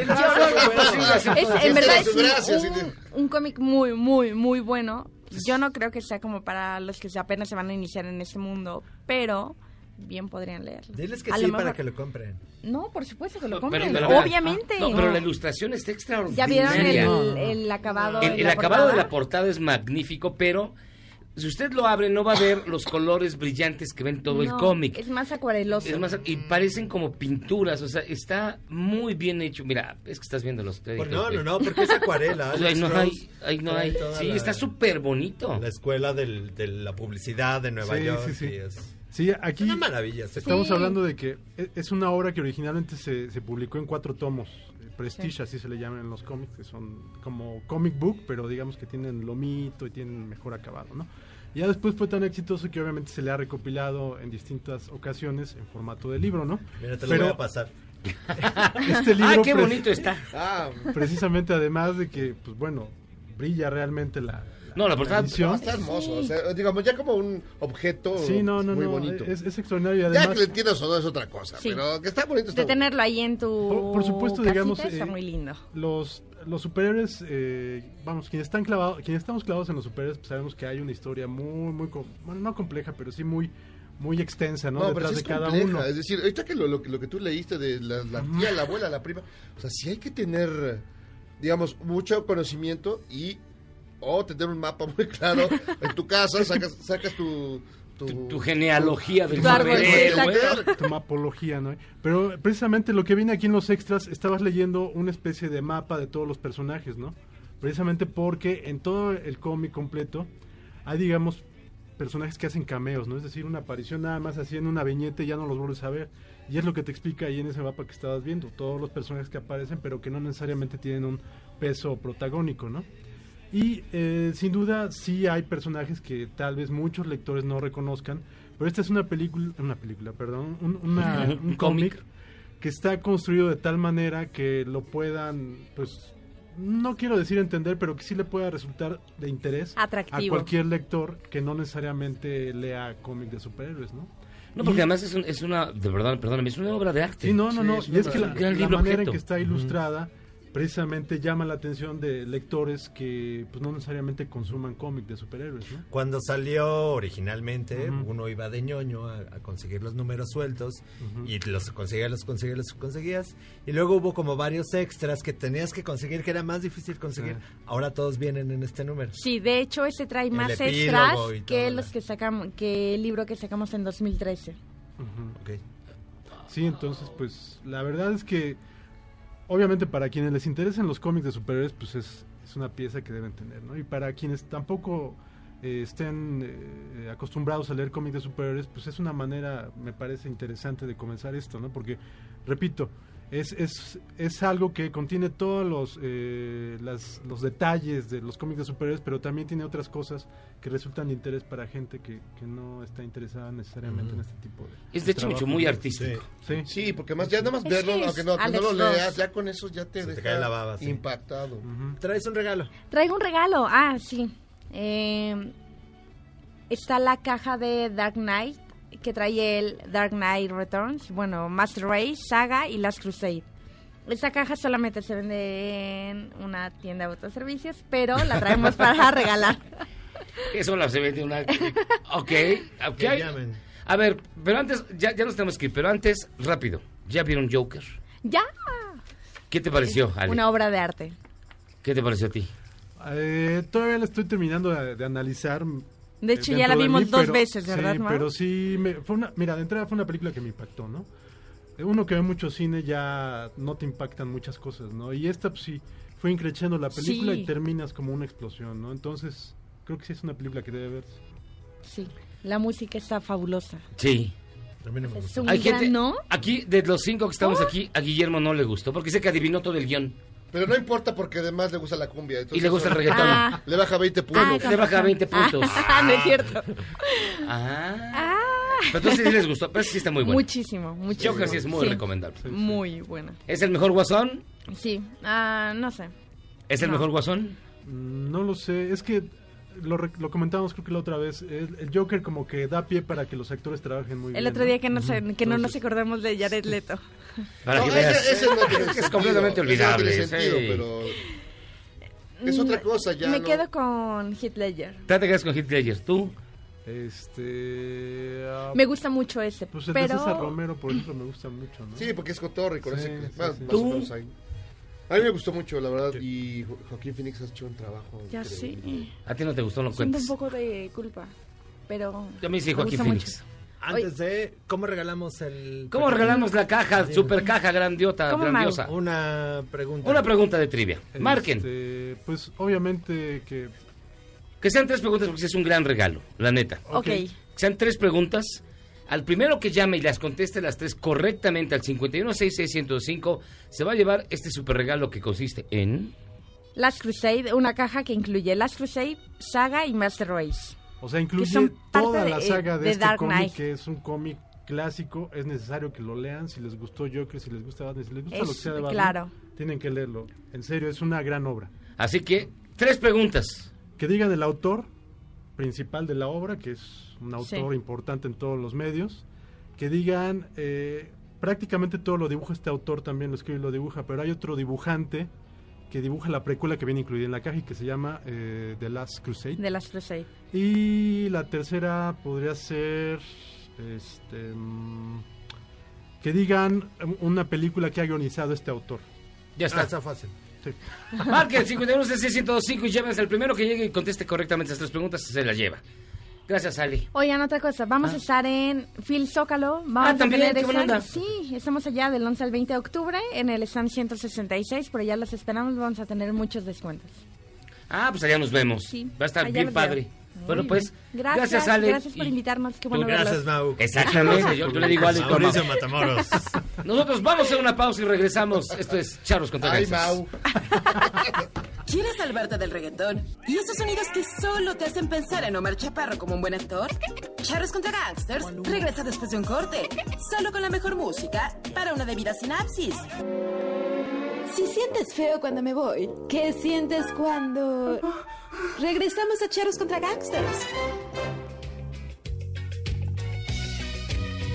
En verdad es un cómic muy, muy, muy bueno. Yo no creo que sea como para los que apenas se van a iniciar en este mundo, pero bien podrían leerlo. Diles que sí para que lo compren. No, por supuesto que lo compren, pero obviamente. Pero la ilustración está extraordinaria. ¿Ya vieron el acabado? El acabado de la portada es magnífico, pero si usted lo abre no va a ver los colores brillantes que ven todo el cómic. Es más acuareloso. Y parecen como pinturas, o sea, está muy bien hecho. Mira, es que estás viendo los créditos. No, porque es acuarela. No hay. Sí, está súper bonito. La escuela de la publicidad de Nueva York. Sí, aquí una maravilla. Estamos hablando de que es una obra que originalmente se publicó en 4 tomos. Prestige, así se le llaman en los cómics, que son como comic book, pero digamos que tienen lomito y tienen mejor acabado, ¿no? Ya después fue tan exitoso que obviamente se le ha recopilado en distintas ocasiones en formato de libro, ¿no? Mira, te lo voy a pasar. Este libro qué bonito está. Precisamente, además de que, pues bueno, brilla realmente la portada está hermoso, o sea, digamos, ya como un objeto muy bonito. Es extraordinario. Además, ya que le entiendas o no es otra cosa, pero que está bonito. De tenerlo ahí en tu por supuesto, casita, digamos, está muy lindo. Los superhéroes, quienes estamos clavados en los superhéroes, pues sabemos que hay una historia muy bueno, no compleja, pero sí muy extensa, ¿no? Detrás de cada uno. Es decir, ahorita que lo que tú leíste de la tía, la abuela, la prima, o sea, sí hay que tener, digamos, mucho conocimiento o tener un mapa muy claro en tu casa, sacas tu genealogía del superhéroe, tu mapología, ¿no? Pero precisamente lo que viene aquí en los extras, estabas leyendo una especie de mapa de todos los personajes, ¿no? Precisamente porque en todo el cómic completo hay, digamos, personajes que hacen cameos, ¿no? Es decir, una aparición nada más así en una viñeta y ya no los vuelves a ver. Y es lo que te explica ahí en ese mapa que estabas viendo, todos los personajes que aparecen, pero que no necesariamente tienen un peso protagónico, ¿no? Y sin duda sí hay personajes que tal vez muchos lectores no reconozcan, pero esta es un cómic que está construido de tal manera que lo puedan, pues, no quiero decir entender, pero que sí le pueda resultar de interés atractivo a cualquier lector que no necesariamente lea cómic de superhéroes, ¿no? No, porque además es una, de verdad, perdóname, es una obra de arte. Sí, no. Y es que la manera objeto. en que está ilustrada precisamente llama la atención de lectores que pues no necesariamente consuman cómic de superhéroes, ¿no? Cuando salió originalmente, uno iba de ñoño a conseguir los números sueltos y los conseguías. Y luego hubo como varios extras que tenías que conseguir, que era más difícil conseguir. Ahora todos vienen en este número. Sí, de hecho este trae más extras que los que sacamos, que el libro que sacamos en 2013. Okay. Sí, entonces pues la verdad es que obviamente para quienes les interesen los cómics de superhéroes, pues es una pieza que deben tener, ¿no? Y para quienes tampoco estén acostumbrados a leer cómics de superhéroes, pues es una manera, me parece interesante de comenzar esto, ¿no? Porque, repito, es algo que contiene todos los detalles de los cómics de superhéroes, pero también tiene otras cosas que resultan de interés para gente que no está interesada necesariamente en este tipo de es de hecho mucho muy artístico. Sí, porque más ya nada más verlo, aunque no lo leas, ya con eso ya te deja cae la baba, impactado. ¿Traes un regalo? Traigo un regalo, sí. Está la caja de Dark Knight, que trae el Dark Knight Returns, bueno, Master Race, Saga y Last Crusade. Esta caja solamente se vende en una tienda de autoservicios, pero la traemos para regalar. Eso se vende una... Ok. A ver, pero antes, ya nos tenemos que ir, pero antes, rápido, ¿ya vieron Joker? ¡Ya! ¿Qué te pareció, Ale? Una obra de arte. ¿Qué te pareció a ti? Todavía la estoy terminando de analizar. De hecho, ya la vimos dos veces, ¿verdad? Sí, pero sí, mira, de entrada fue una película que me impactó, ¿no? Uno que ve mucho cine ya no te impactan muchas cosas, ¿no? Y esta, pues sí, fue increciendo la película y terminas como una explosión, ¿no? Entonces, creo que sí es una película que debe verse. Sí, la música está fabulosa. Sí. Es un Hay gente, ¿no? aquí, de los 5 que estamos aquí, a Guillermo no le gustó, porque dice que adivinó todo el guión. Pero no importa porque además le gusta la cumbia. Y le gusta el reggaetón. Le baja 20 puntos. Le baja 20 puntos. No es cierto. Pero entonces sí les gustó, pero sí está muy bueno. Muchísimo. Joker sí es muy recomendable. Muy buena. ¿Es el mejor Guasón? Sí, no sé. ¿Es el mejor Guasón? No lo sé, es que lo comentábamos creo que la otra vez, el Joker como que da pie para que los actores trabajen muy bien. El otro día que no nos acordamos de Jared Leto. Para que veas, ese no tiene es completamente olvidable. No tiene sentido, pero es otra cosa ya. Me quedo con Heath Ledger. Te quedas con Heath Ledger, ¿tú? Me gusta mucho ese, pues el pero... de César Romero, por ejemplo, me gusta mucho, ¿no? Sí, porque es cotorro y con ese... ¿Tú? A mí me gustó mucho, la verdad, y Joaquín Phoenix ha hecho un trabajo ya increíble. Sí. ¿A ti no te gustó? No siento cuentes. un poco de culpa, pero... Yo me hice Joaquín Phoenix. Antes de... ¿Cómo regalamos el... ¿Cómo regalamos la caja, super caja grandiosa? Una pregunta. Una pregunta de trivia. Marquen. Pues obviamente que... Que sean 3 preguntas porque es un gran regalo, la neta. Ok. Que sean 3 preguntas. Al primero que llame y las conteste las 3 correctamente al 5166-105 se va a llevar este super regalo que consiste en... Last Crusade, una caja que incluye Last Crusade, Saga y Master Race. O sea, incluye toda la saga de este Dark cómic, Knight. que es un cómic clásico. Es necesario que lo lean. Si les gustó Joker, si les gusta Batman, si les gusta lo que sea de Batman, claro. Tienen que leerlo. En serio, es una gran obra. Así que, 3 preguntas. Que digan el autor principal de la obra, que es un autor importante en todos los medios. Que digan, prácticamente todo lo dibuja este autor, también lo escribe y lo dibuja, pero hay otro dibujante que dibuja la precuela que viene incluida en la caja y que se llama The Last Crusade. The Last Crusade. Y la tercera podría ser que digan una película que ha guionizado este autor. Ya está. Está fácil. Sí. Marquen 5166-105 y llévense el primero que llegue y conteste correctamente estas 3 preguntas, se las lleva. Gracias, Ali. Oigan, otra cosa, vamos a estar en Phil Zócalo. Vamos también, a tener qué buena onda. Sí, estamos allá del 11 al 20 de octubre en el stand 166, por allá los esperamos, vamos a tener muchos descuentos. Pues allá nos vemos. Sí, va a estar allá bien los padre. veo. Bueno, pues, gracias Ale. Gracias por invitarnos, qué bueno verlos. Gracias, Mau. Exactamente, yo le digo a Ale. Mauricio Matamoros. Nosotros vamos a hacer una pausa y regresamos. Esto es Charros contra Ay, Gangsters. Mau. ¿Quieres salvarte del reggaetón? ¿Y esos sonidos que solo te hacen pensar en Omar Chaparro como un buen actor? Charros contra Gangsters regresa después de un corte, solo con la mejor música para una debida sinapsis. Si sientes feo cuando me voy, ¿qué sientes cuando...? Regresamos a Charros contra Gangsters.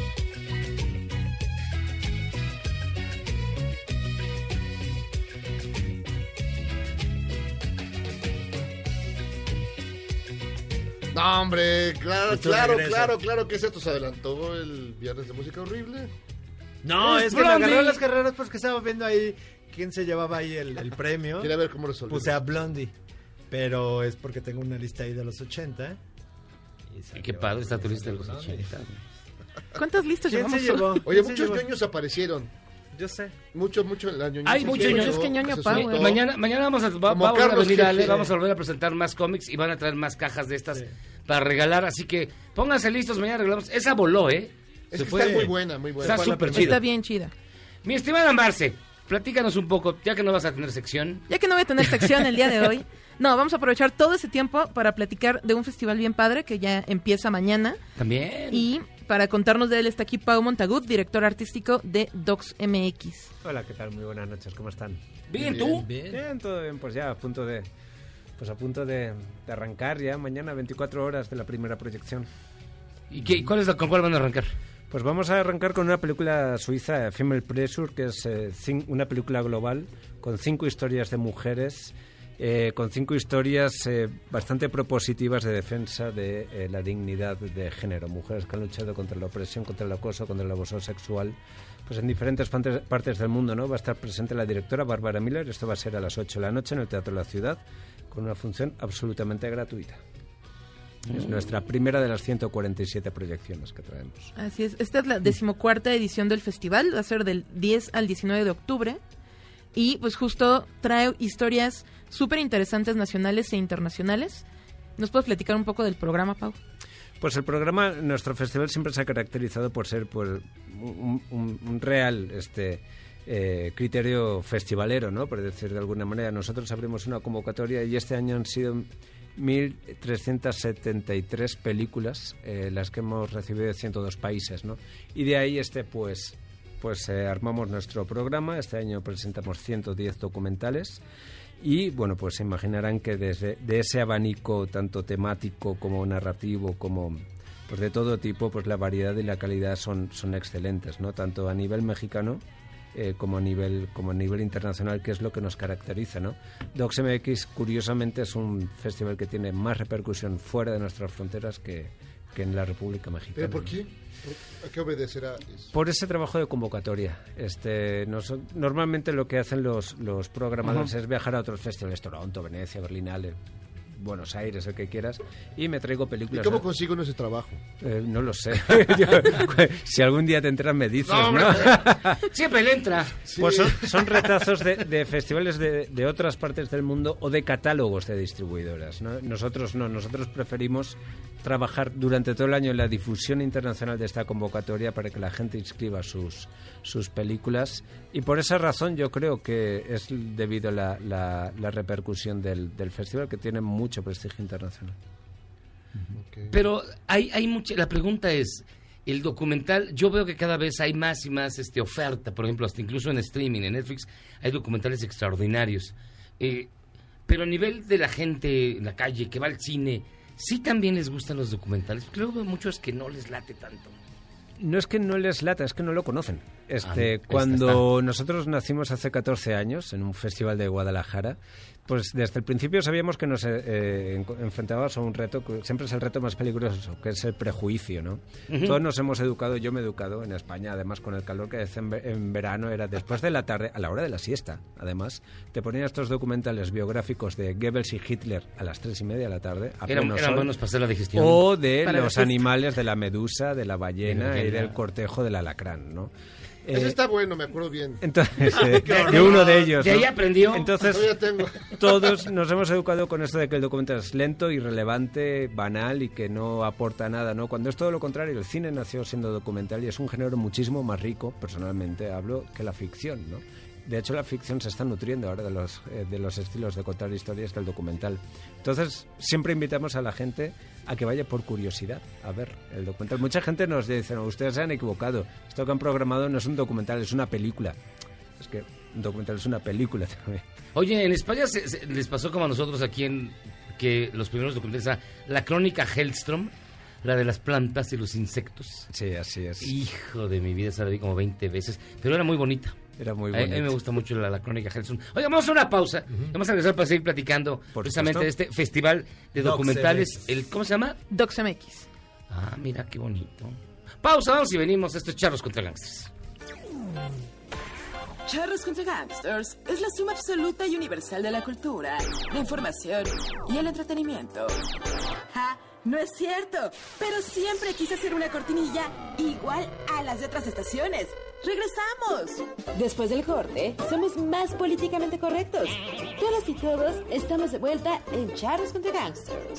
No, hombre, Justo regreso. claro que esto se adelantó el viernes de música horrible. No, es que me Blondie. agarró las carreras porque estaba viendo ahí quién se llevaba ahí el premio. Quería ver cómo resolvió. Puse a Blondie, pero es porque tengo una lista ahí de los 80. Y qué padre está tu lista de los 80. ¿Cuántas listas ¿Quién llevamos? se llevó? Oye, ¿Quién se muchos llevó? ñoños aparecieron. Yo sé. Mucho la ñoñez. Hay mucho ñoño. Es que ñoño se Pau, soltó. Mañana vamos a Como volver a Carlos venir, Jefe. vamos a volver a presentar más cómics y van a traer más cajas de estas para regalar, así que pónganse listos, mañana regalamos. Esa voló, Es que está muy buena, muy buena. Está súper chida. Está bien chida. Mi estimada Marce, platícanos un poco, ya que no vas a tener sección. Ya que no voy a tener sección el día de hoy, no, vamos a aprovechar todo ese tiempo para platicar de un festival bien padre que ya empieza mañana. También. Y para contarnos de él está aquí Pau Montagut, director artístico de Docs MX. Hola, ¿qué tal? Muy buenas noches, ¿cómo están? Bien, ¿tú? Bien, todo bien, pues ya a punto de arrancar ya mañana 24 horas de la primera proyección. ¿Y con cuál van a arrancar? Pues vamos a arrancar con una película suiza, Female Pressure, que es una película global con 5 historias de mujeres, con 5 historias bastante propositivas de defensa de la dignidad de género. Mujeres que han luchado contra la opresión, contra el acoso, contra el abuso sexual, pues en diferentes partes del mundo, ¿no? Va a estar presente la directora Bárbara Miller. Esto va a ser a las 8 de la noche en el Teatro de la Ciudad, con una función absolutamente gratuita. Es nuestra primera de las 147 proyecciones que traemos. Así es, esta es la 14ª edición del festival, va a ser del 10 al 19 de octubre y pues justo trae historias súper interesantes nacionales e internacionales. ¿Nos puedes platicar un poco del programa, Pau? Pues el programa, nuestro festival siempre se ha caracterizado por ser pues un real criterio festivalero, ¿no? Por decir de alguna manera. Nosotros abrimos una convocatoria y este año han sido 1.373 películas las que hemos recibido de 102 países, ¿no? Y de ahí armamos nuestro programa. Este año presentamos 110 documentales y, bueno, pues se imaginarán que de ese abanico tanto temático como narrativo como pues de todo tipo, pues la variedad y la calidad son excelentes, ¿no? Tanto a nivel mexicano como a nivel internacional, que es lo que nos caracteriza, ¿no? Docs MX, curiosamente, es un festival que tiene más repercusión fuera de nuestras fronteras que en la República Mexicana. ¿Pero por qué? ¿A qué obedecerá eso? Por ese trabajo de convocatoria. Normalmente lo que hacen los programadores es viajar a otros festivales, Toronto, Venecia, Berlinale, Buenos Aires, el que quieras, y me traigo películas. ¿Y cómo consigo ese trabajo? No lo sé. Si algún día te entras me dices, ¿no? Siempre le entra. Pues son retazos de festivales de otras partes del mundo o de catálogos de distribuidoras, ¿no? Nosotros preferimos trabajar durante todo el año en la difusión internacional de esta convocatoria para que la gente inscriba sus películas, y por esa razón yo creo que es debido a la repercusión del festival, que tiene mucho prestigio internacional. Okay. Pero hay mucha. La pregunta es, el documental, yo veo que cada vez hay más y más oferta, por ejemplo, hasta incluso en streaming, en Netflix, hay documentales extraordinarios. Pero a nivel de la gente en la calle que va al cine, ¿sí también les gustan los documentales? Porque luego veo muchos que no les late tanto. No es que no les lata, es que no lo conocen. Cuando nosotros nacimos hace 14 años en un festival de Guadalajara, pues desde el principio sabíamos que nos enfrentábamos a un reto, que siempre es el reto más peligroso, que es el prejuicio, ¿no? Uh-huh. Todos nos hemos educado, yo me he educado en España, además con el calor que hace en verano, era después de la tarde, a la hora de la siesta, además, te ponían estos documentales biográficos de Goebbels y Hitler a las 3:30 de la tarde. Eran buenos para hacer la digestión. O de los animales, de la medusa, de la ballena y del cortejo del alacrán, ¿no? Ese está bueno, me acuerdo bien. Entonces, de uno de ellos, de ahí aprendió. Entonces, todos nos hemos educado con esto de que el documental es lento, irrelevante, banal y que no aporta nada, ¿no? Cuando es todo lo contrario. El cine nació siendo documental y es un género muchísimo más rico, personalmente hablo, que la ficción, ¿no? De hecho, la ficción se está nutriendo ahora de los estilos de contar historias del documental. Entonces, siempre invitamos a la gente a que vaya por curiosidad a ver el documental. Mucha gente nos dice, no, ustedes se han equivocado. Esto que han programado no es un documental, es una película. Es que un documental es una película también. Oye, en España les pasó como a nosotros aquí que los primeros documentales, la crónica Hellstrom, la de las plantas y los insectos. Sí, así es. Hijo de mi vida, esa la vi como 20 veces, pero era muy bonita. Era muy A mí bonito. me gusta mucho la crónica Hellson. Oiga, vamos a una pausa. Vamos a regresar para seguir platicando precisamente de este festival de documentales. ¿Cómo se llama? DocsMX. Ah, mira, qué bonito. Pausa, vamos y venimos. Esto es Charros contra Gangsters. Charros contra Gangsters es la suma absoluta y universal de la cultura, la información y el entretenimiento. ¡Ja! No es cierto, pero siempre quise hacer una cortinilla igual a las de otras estaciones. ¡Regresamos! Después del corte, somos más políticamente correctos. Todas y todos estamos de vuelta en Charros contra Gangsters.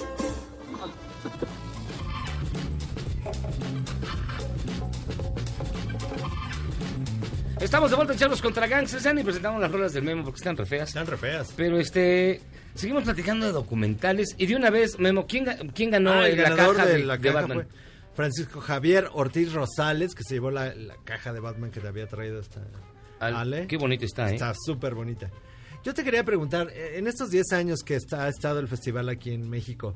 Estamos de vuelta en Charros contra Gangsters. Ya ni presentamos las rolas del Memo porque están re feas. Están re feas. Pero seguimos platicando de documentales. Y de una vez, Memo, ¿quién ganó el la ganador caja de la caja Batman? fue Francisco Javier Ortiz Rosales, que se llevó la caja de Batman que te había traído esta Ale. Qué bonito está, ¿eh? Está súper bonita. Yo te quería preguntar, en estos 10 años que ha estado el festival aquí en México,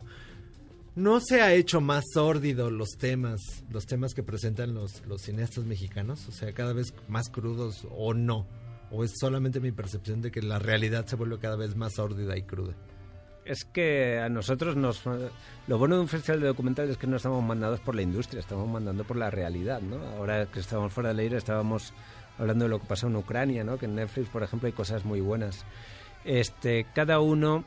¿no se ha hecho más sórdido los temas que presentan los cineastas mexicanos? O sea, cada vez más crudos o no. ¿O es solamente mi percepción de que la realidad se vuelve cada vez más sórdida y cruda? Es que a nosotros lo bueno de un festival de documentales es que no estamos mandados por la industria, estamos mandando por la realidad, ¿no? Ahora que estamos fuera del aire estábamos hablando de lo que pasó en Ucrania, ¿no? Que en Netflix, por ejemplo, hay cosas muy buenas. Cada uno...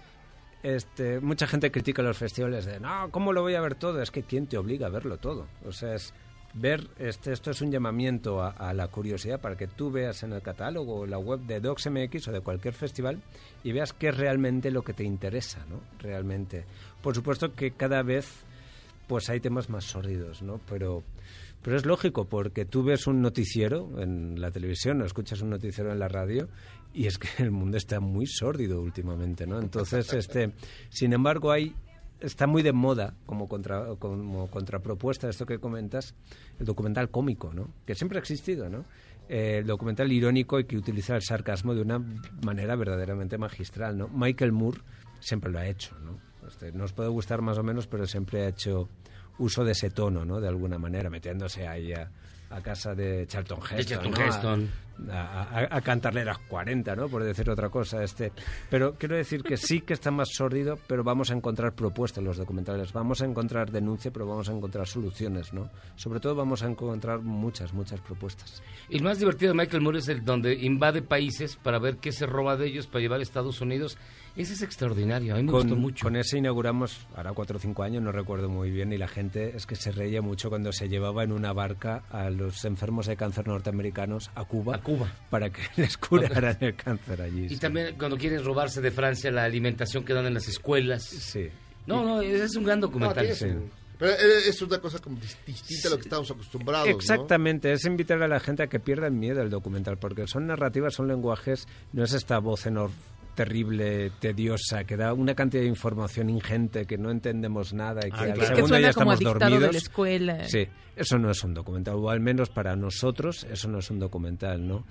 mucha gente critica los festivales de no, ¿cómo lo voy a ver todo? Es que ¿quién te obliga a verlo todo? O sea, es ver, esto es un llamamiento a la curiosidad para que tú veas en el catálogo o la web de DocsMX o de cualquier festival y veas qué es realmente lo que te interesa, ¿no? Realmente. Por supuesto que cada vez pues hay temas más sórdidos, ¿no? Pero es lógico, porque tú ves un noticiero en la televisión o escuchas un noticiero en la radio y es que el mundo está muy sórdido últimamente, ¿no? Entonces, sin embargo, está muy de moda como contrapropuesta a esto que comentas, el documental cómico, ¿no? Que siempre ha existido, ¿no? El documental irónico y que utiliza el sarcasmo de una manera verdaderamente magistral, ¿no? Michael Moore siempre lo ha hecho, ¿no? Nos puede gustar más o menos, pero siempre ha hecho uso de ese tono, ¿no? De alguna manera, metiéndose ahí a casa de Charlton Heston, ¿no? A cantarle las 40, ¿no? Por decir otra cosa. Pero quiero decir que sí que está más sórdido, pero vamos a encontrar propuestas en los documentales, vamos a encontrar denuncia, pero vamos a encontrar soluciones, ¿no? Sobre todo vamos a encontrar muchas propuestas. Y lo más divertido de Michael Moore es el donde invade países para ver qué se roba de ellos para llevar a Estados Unidos. Ese es extraordinario, a mí me gustó mucho. Con ese inauguramos, ahora 4 o 5 años, no recuerdo muy bien, y la gente es que se reía mucho cuando se llevaba en una barca a los enfermos de cáncer norteamericanos a Cuba para que les curaran el cáncer allí. Y sí. también cuando quieren robarse de Francia la alimentación que dan en las escuelas. Sí. No, ese es un gran documental. No, sí. Pero es una cosa como distinta a lo que estamos acostumbrados, Exactamente, ¿no? Es invitar a la gente a que pierda el miedo al documental, porque son narrativas, son lenguajes, no es esta voz en off terrible, tediosa, que da una cantidad de información ingente que no entendemos nada y que al segundo ya estamos dormidos. De la escuela. Sí, eso no es un documental, o al menos para nosotros eso no es un documental, ¿no?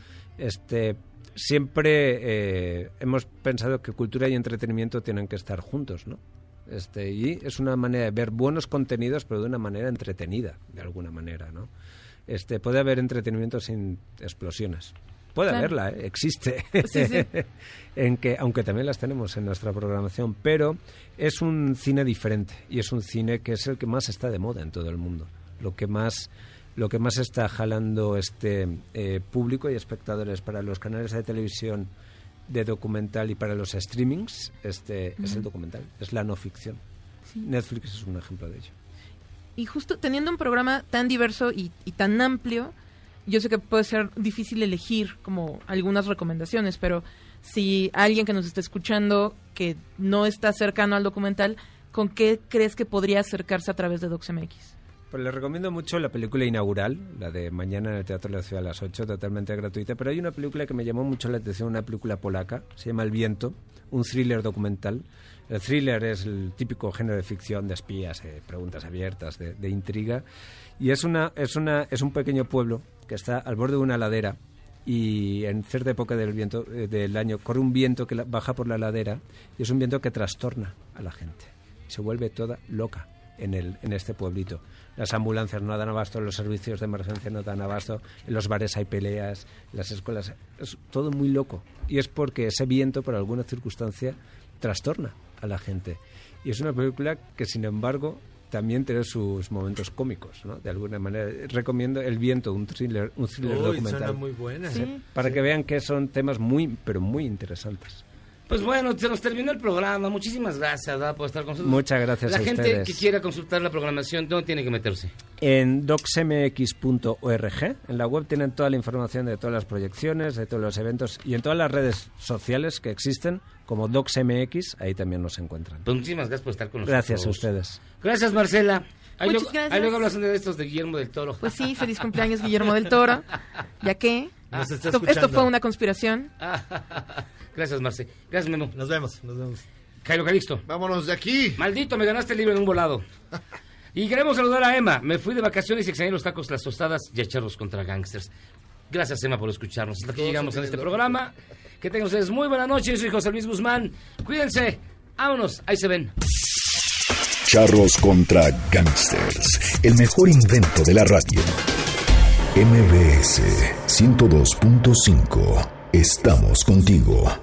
Siempre hemos pensado que cultura y entretenimiento tienen que estar juntos, ¿no? Y es una manera de ver buenos contenidos, pero de una manera entretenida, de alguna manera, ¿no? Puede haber entretenimiento sin explosiones. Puede haberla, existe, sí. aunque también las tenemos en nuestra programación, pero es un cine diferente y es un cine que es el que más está de moda en todo el mundo, lo que más está jalando público y espectadores para los canales de televisión de documental y para los streamings, es el documental, es la no ficción. Sí. Netflix es un ejemplo de ello. Y justo teniendo un programa tan diverso y tan amplio, yo sé que puede ser difícil elegir como algunas recomendaciones, pero si alguien que nos está escuchando que no está cercano al documental, ¿con qué crees que podría acercarse a través de DocsMX? Pues les recomiendo mucho la película inaugural, la de mañana en el Teatro de la Ciudad a las 8, totalmente gratuita, pero hay una película que me llamó mucho la atención, una película polaca, se llama El viento, un thriller documental. El thriller es el típico género de ficción, de espías, preguntas abiertas, de intriga, y es un pequeño pueblo que está al borde de una ladera y en cierta época del año corre un viento que baja por la ladera y es un viento que trastorna a la gente, se vuelve toda loca en este pueblito. Las ambulancias no dan abasto, los servicios de emergencia no dan abasto, en los bares hay peleas, en las escuelas, es todo muy loco. Y es porque ese viento, por alguna circunstancia, trastorna a la gente. Y es una película que, sin embargo, también tiene sus momentos cómicos, ¿no? De alguna manera. Recomiendo El viento, un thriller documental. Suena muy buena. Sí. Para que vean que son temas muy, pero muy interesantes. Pues bueno, se nos terminó el programa. Muchísimas gracias, ¿verdad? Por estar con nosotros. Muchas gracias a ustedes. La gente que quiera consultar la programación, ¿dónde tiene que meterse? En docsmx.org. En la web tienen toda la información de todas las proyecciones, de todos los eventos y en todas las redes sociales que existen, como docsmx, ahí también nos encuentran. Pues muchísimas gracias por estar con nosotros. Gracias a ustedes. Gracias, Marcela. Muchas gracias. Ahí luego hablas de estos de Guillermo del Toro. Pues sí, feliz cumpleaños, Guillermo del Toro. Ya que esto fue una conspiración. Gracias, Marce. Gracias, Memo. Nos vemos. Jairo Calixto. Vámonos de aquí. Maldito, me ganaste el libro en un volado. Y queremos saludar a Emma. Me fui de vacaciones y extrañé los tacos, las tostadas y a Charros contra Gangsters. Gracias, Emma, por escucharnos. Hasta aquí llegamos a este programa. Que tengan ustedes muy buena noche. Yo soy José Luis Guzmán. Cuídense. Vámonos. Ahí se ven. Charros contra Gangsters. El mejor invento de la radio. MBS 102.5. Estamos contigo.